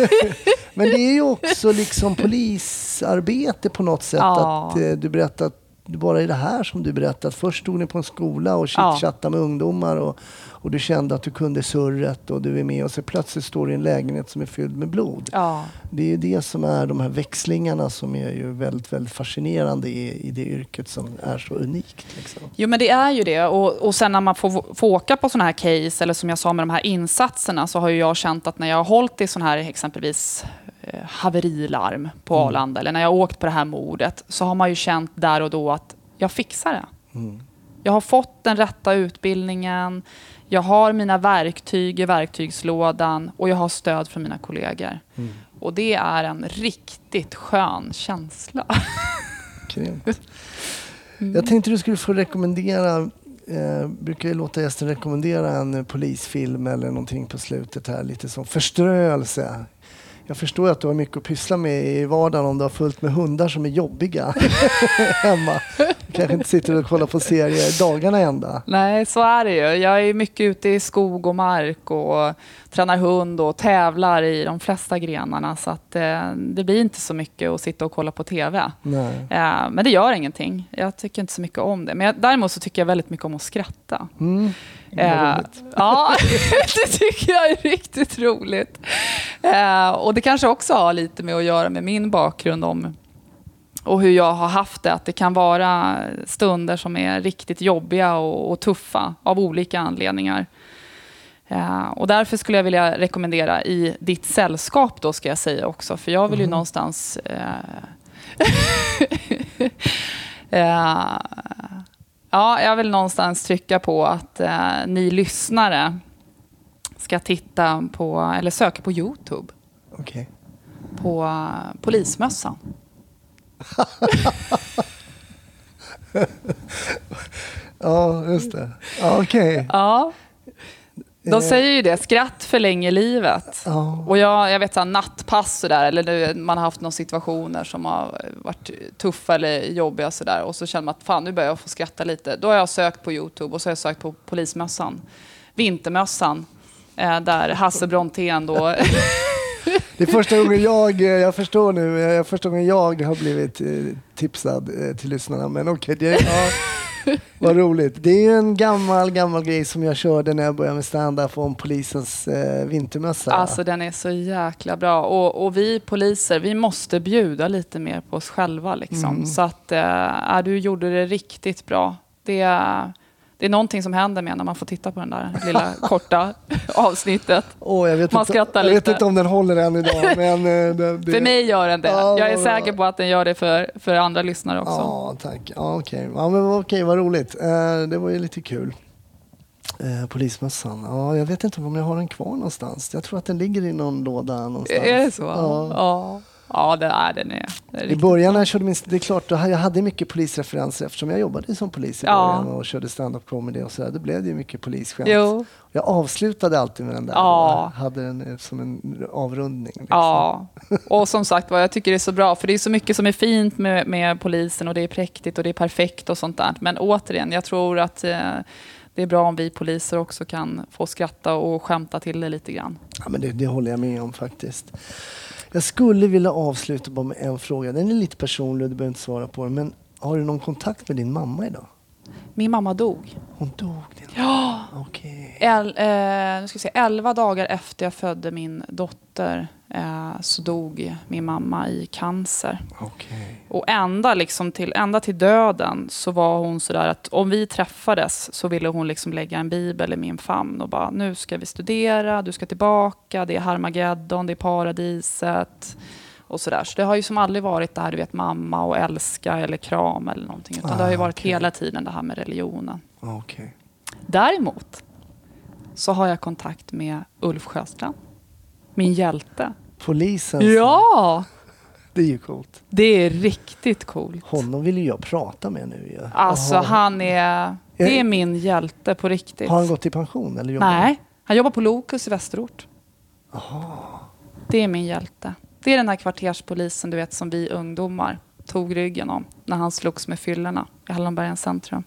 S5: Men det är ju också liksom polisarbete på något sätt. Ja. Att uh, du berättar att det bara är det här som du berättat. Först stod ni på en skola och chitchattade ja. med ungdomar och, och du kände att du kunde surret och du är med och så plötsligt står du i en lägenhet som är fylld med blod.
S4: Ja.
S5: Det är ju det som är de här växlingarna som är ju väldigt, väldigt fascinerande i, i det yrket som är så unikt. Liksom.
S4: Jo, men det är ju det. Och, och sen när man får, får åka på sådana här case, eller som jag sa med de här insatserna, så har ju jag känt att när jag har hållit i sådana här exempelvis haverilarm på mm. Arlanda, eller när jag har åkt på det här mordet, så har man ju känt där och då att jag fixar det. Mm. Jag har fått den rätta utbildningen, jag har mina verktyg i verktygslådan och jag har stöd från mina kollegor. Mm. Och det är en riktigt skön känsla.
S5: Grymt. Mm. Jag tänkte du skulle få rekommendera, eh, brukar jag låta gästen rekommendera en polisfilm eller någonting på slutet här, lite som förströelse. Jag förstår att du har mycket att pyssla med i vardagen om du har fullt med hundar som är jobbiga hemma. Du kanske inte sitter och kollar på serier dagarna ända.
S4: Nej, så är det ju. Jag är mycket ute i skog och mark och tränar hund och tävlar i de flesta grenarna. Så att, eh, det blir inte så mycket att sitta och kolla på tv.
S5: Nej.
S4: Eh, men det gör ingenting. Jag tycker inte så mycket om det. Men jag, däremot så tycker jag väldigt mycket om att skratta.
S5: Mm.
S4: Eh, ja, det tycker jag är riktigt roligt. Eh, och det kanske också har lite med att göra med min bakgrund om och hur jag har haft det. Att det kan vara stunder som är riktigt jobbiga och, och tuffa av olika anledningar. Eh, och därför skulle jag vilja rekommendera i ditt sällskap då, ska jag säga också. För jag vill ju mm. någonstans... Eh, eh, Ja, jag vill någonstans trycka på att eh, ni lyssnare ska titta på, eller söka på YouTube.
S5: Okay.
S4: På uh, Polismössan.
S5: Ja, just det. Ja, okej. Okay.
S4: Ja. De säger ju det, skratt förlänger livet.
S5: Oh.
S4: Och jag, jag vet så här, nattpass så där, eller nu, man har haft några situationer som har varit tuffa eller jobbiga så där, och så känner man att fan, nu börjar jag få skratta lite. Då har jag sökt på YouTube och så har jag sökt på Polismössan. Vintermössan, eh, där Hasse Brontén då
S5: Det är första gången jag, jag förstår nu, jag första gången jag har blivit tipsad till lyssnarna. Men okej, okay, ja, vad roligt. Det är ju en gammal, gammal grej som jag körde när jag började med stand-up om polisens eh, vintermössa.
S4: Alltså den är så jäkla bra. Och, och vi poliser, vi måste bjuda lite mer på oss själva. Liksom. Mm. Så att äh, du gjorde det riktigt bra. Det är... Det är någonting som händer med när man får titta på den där lilla korta avsnittet.
S5: Oh, jag vet
S4: man
S5: inte,
S4: skrattar
S5: jag
S4: lite.
S5: vet inte om den håller än idag. Men, det, det...
S4: För mig gör den det.
S5: Ja,
S4: jag är säker på att den gör det för, för andra lyssnare också.
S5: Ja, tack. Ja, okej. Ja, men okej, vad roligt. Eh, det var ju lite kul. Eh, polismössan. Ja, jag vet inte om jag har den kvar någonstans. Jag tror att den ligger i någon låda någonstans.
S4: Är det så?
S5: Ja.
S4: Ja. Ja, det är den. Är, det är
S5: I början när jag körde min, det är klart, jag hade mycket polisreferenser eftersom jag jobbade som polis i början ja. och körde stand-up comedy och sådär. Då blev det ju mycket polisskämt. Jo. Jag avslutade alltid med den där. Ja. Jag hade den som en avrundning. Liksom.
S4: Ja, och som sagt jag tycker det är så bra. För det är så mycket som är fint med, med polisen och det är präktigt och det är perfekt och sånt där. Men återigen, jag tror att eh, det är bra om vi poliser också kan få skratta och skämta till det lite grann.
S5: Ja, men det, det håller jag med om faktiskt. Jag skulle vilja avsluta bara med en fråga. Den är lite personlig och du behöver inte svara på den. Men har du någon kontakt med din mamma idag?
S4: Min mamma dog.
S5: Hon dog? Din
S4: ja!
S5: Okej.
S4: El, eh, nu ska vi se, elva dagar efter jag födde min dotter eh, så dog min mamma i cancer.
S5: Okej.
S4: Och ända, liksom till, ända till döden så var hon sådär att om vi träffades så ville hon liksom lägga en bibel i min famn och bara nu ska vi studera, du ska tillbaka, det är Harmageddon, det är paradiset och sådär. Så det har ju som aldrig varit det här du vet mamma och älska eller kram eller någonting utan ah, det har ju varit okay. hela tiden det här med religionen.
S5: Okay.
S4: Däremot så har jag kontakt med Ulf Sjöstrand, min hjälte.
S5: Polisen?
S4: Ja!
S5: Det är ju coolt.
S4: Det är riktigt coolt.
S5: Honom vill ju jag prata med nu. Ja.
S4: Alltså Aha. han är... Det är min hjälte på riktigt.
S5: Har han gått i pension? Eller jobbar
S4: Nej, han jobbar på Lokus i Västerort.
S5: Aha.
S4: Det är min hjälte. Det är den här kvarterspolisen du vet som vi ungdomar tog ryggen om när han slogs med fyllorna i Hallonbergens centrum.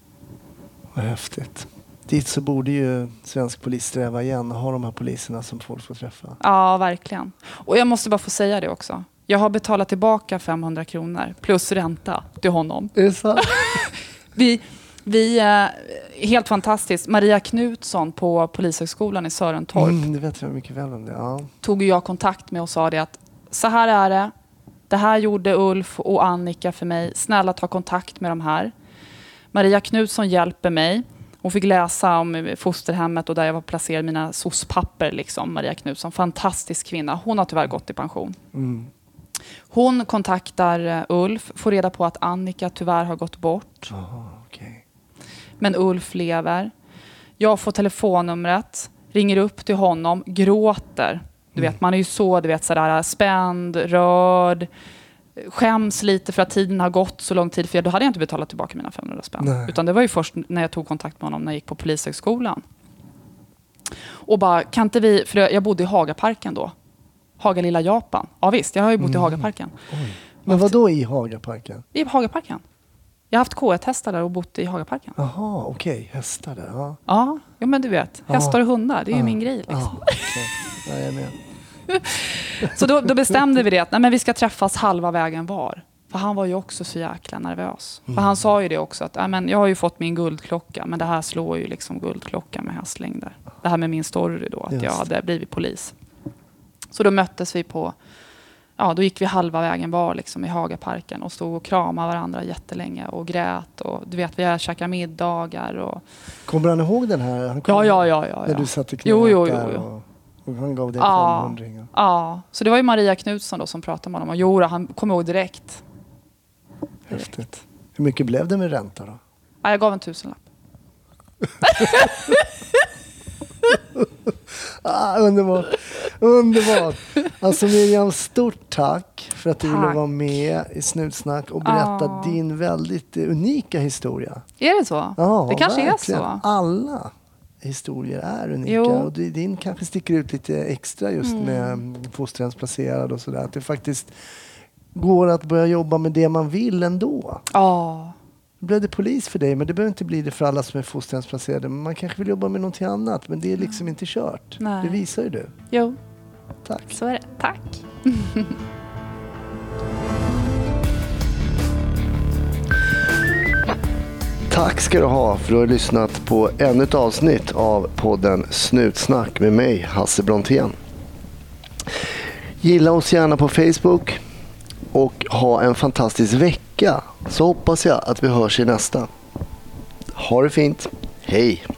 S5: Vad häftigt. Dit så borde ju svensk polis sträva igen och ha de här poliserna som folk får träffa.
S4: Ja, verkligen. Och jag måste bara få säga det också. Jag har betalat tillbaka femhundra kronor plus ränta till honom.
S5: Är det sant?
S4: vi, vi är helt fantastiskt. Maria Knutsson på Polishögskolan i Sörentorp.
S5: Mm, det vet jag mycket väl om det. Ja.
S4: Tog jag kontakt med och sa det att så här är det. Det här gjorde Ulf och Annika för mig. Snälla ta kontakt med de här. Maria Knutsson hjälper mig. Hon fick läsa om fosterhemmet och där jag var placerad mina S O S-papper. Liksom, Maria Knutsson, fantastisk kvinna. Hon har tyvärr gått i pension.
S5: Mm.
S4: Hon kontaktar Ulf, får reda på att Annika tyvärr har gått bort.
S5: Aha, okay.
S4: Men Ulf lever. Jag får telefonnumret, ringer upp till honom, gråter. Du vet, man är ju så, du vet, sådär spänd, rörd. Skäms lite för att tiden har gått så lång tid. För då hade jag inte betalat tillbaka mina femhundra spänn. Nej. Utan det var ju först när jag tog kontakt med honom när jag gick på Polishögskolan. Och bara, kan inte vi... För jag bodde i Hagaparken då. Haga lilla Japan. Ja visst, jag har ju bott mm. i Hagaparken.
S5: Oj. Men vad då i Hagaparken?
S4: I Hagaparken. Jag har haft K ett-hästar där och bott i Hagaparken.
S5: Jaha, okej. Okay. Hästar där, ja.
S4: Ja, ja, men du vet. Hästar och hundar, det är
S5: ja.
S4: ju min grej. Liksom.
S5: Ja, okay. Ja, jag är med.
S4: Så då, då bestämde vi det att nej, men vi ska träffas halva vägen var. För han var ju också så jäkla nervös. Mm. För han sa ju det också att nej, men jag har ju fått min guldklocka. Men det här slår ju liksom guldklockan med hästlängder. Det här med min story då. Att Just. jag hade blivit polis. Så då möttes vi på... Ja, då gick vi halva vägen var liksom i Hagaparken. Och stod och kramade varandra jättelänge. Och grät. Och du vet, vi har käkat middagar. Och...
S5: Kommer han ihåg den här? Han kom
S4: ja, ja, ja, ja.
S5: När du satt i knät
S4: jo, jo, jo,
S5: där
S4: jo.
S5: Och... Och han gav dig
S4: ja,
S5: femhundra.
S4: Ja, så det var ju Maria Knutsson då som pratade med honom. Och jo, han kom ihåg direkt.
S5: Häftigt. Direkt. Hur mycket blev det med ränta då?
S4: Ja, jag gav en tusenlapp.
S5: ah, underbart. Underbart. Alltså Miriam, stort tack för att du tack. ville vara med i Snutsnack och berätta ah. din väldigt unika historia.
S4: Är det så?
S5: Ja,
S4: det kanske
S5: verkligen.
S4: är så.
S5: Alla historier är unika.
S4: Jo.
S5: Och din kanske sticker ut lite extra just mm. med fosterhemsplacerad och sådär. Att det faktiskt går att börja jobba med det man vill ändå.
S4: Ja.
S5: Nu blev det polis för dig, men det behöver inte bli det för alla som är fosterhemsplacerade. Man kanske vill jobba med någonting annat, men det är liksom inte kört.
S4: Nej.
S5: Det visar ju du.
S4: Jo.
S2: Tack.
S4: Så är det. Tack.
S2: Tack ska du ha för att du har lyssnat på ännu ett avsnitt av podden Snutsnack med mig, Hasse Brontén. Gilla oss gärna på Facebook och ha en fantastisk vecka. Så hoppas jag att vi hörs i nästa. Ha det fint. Hej!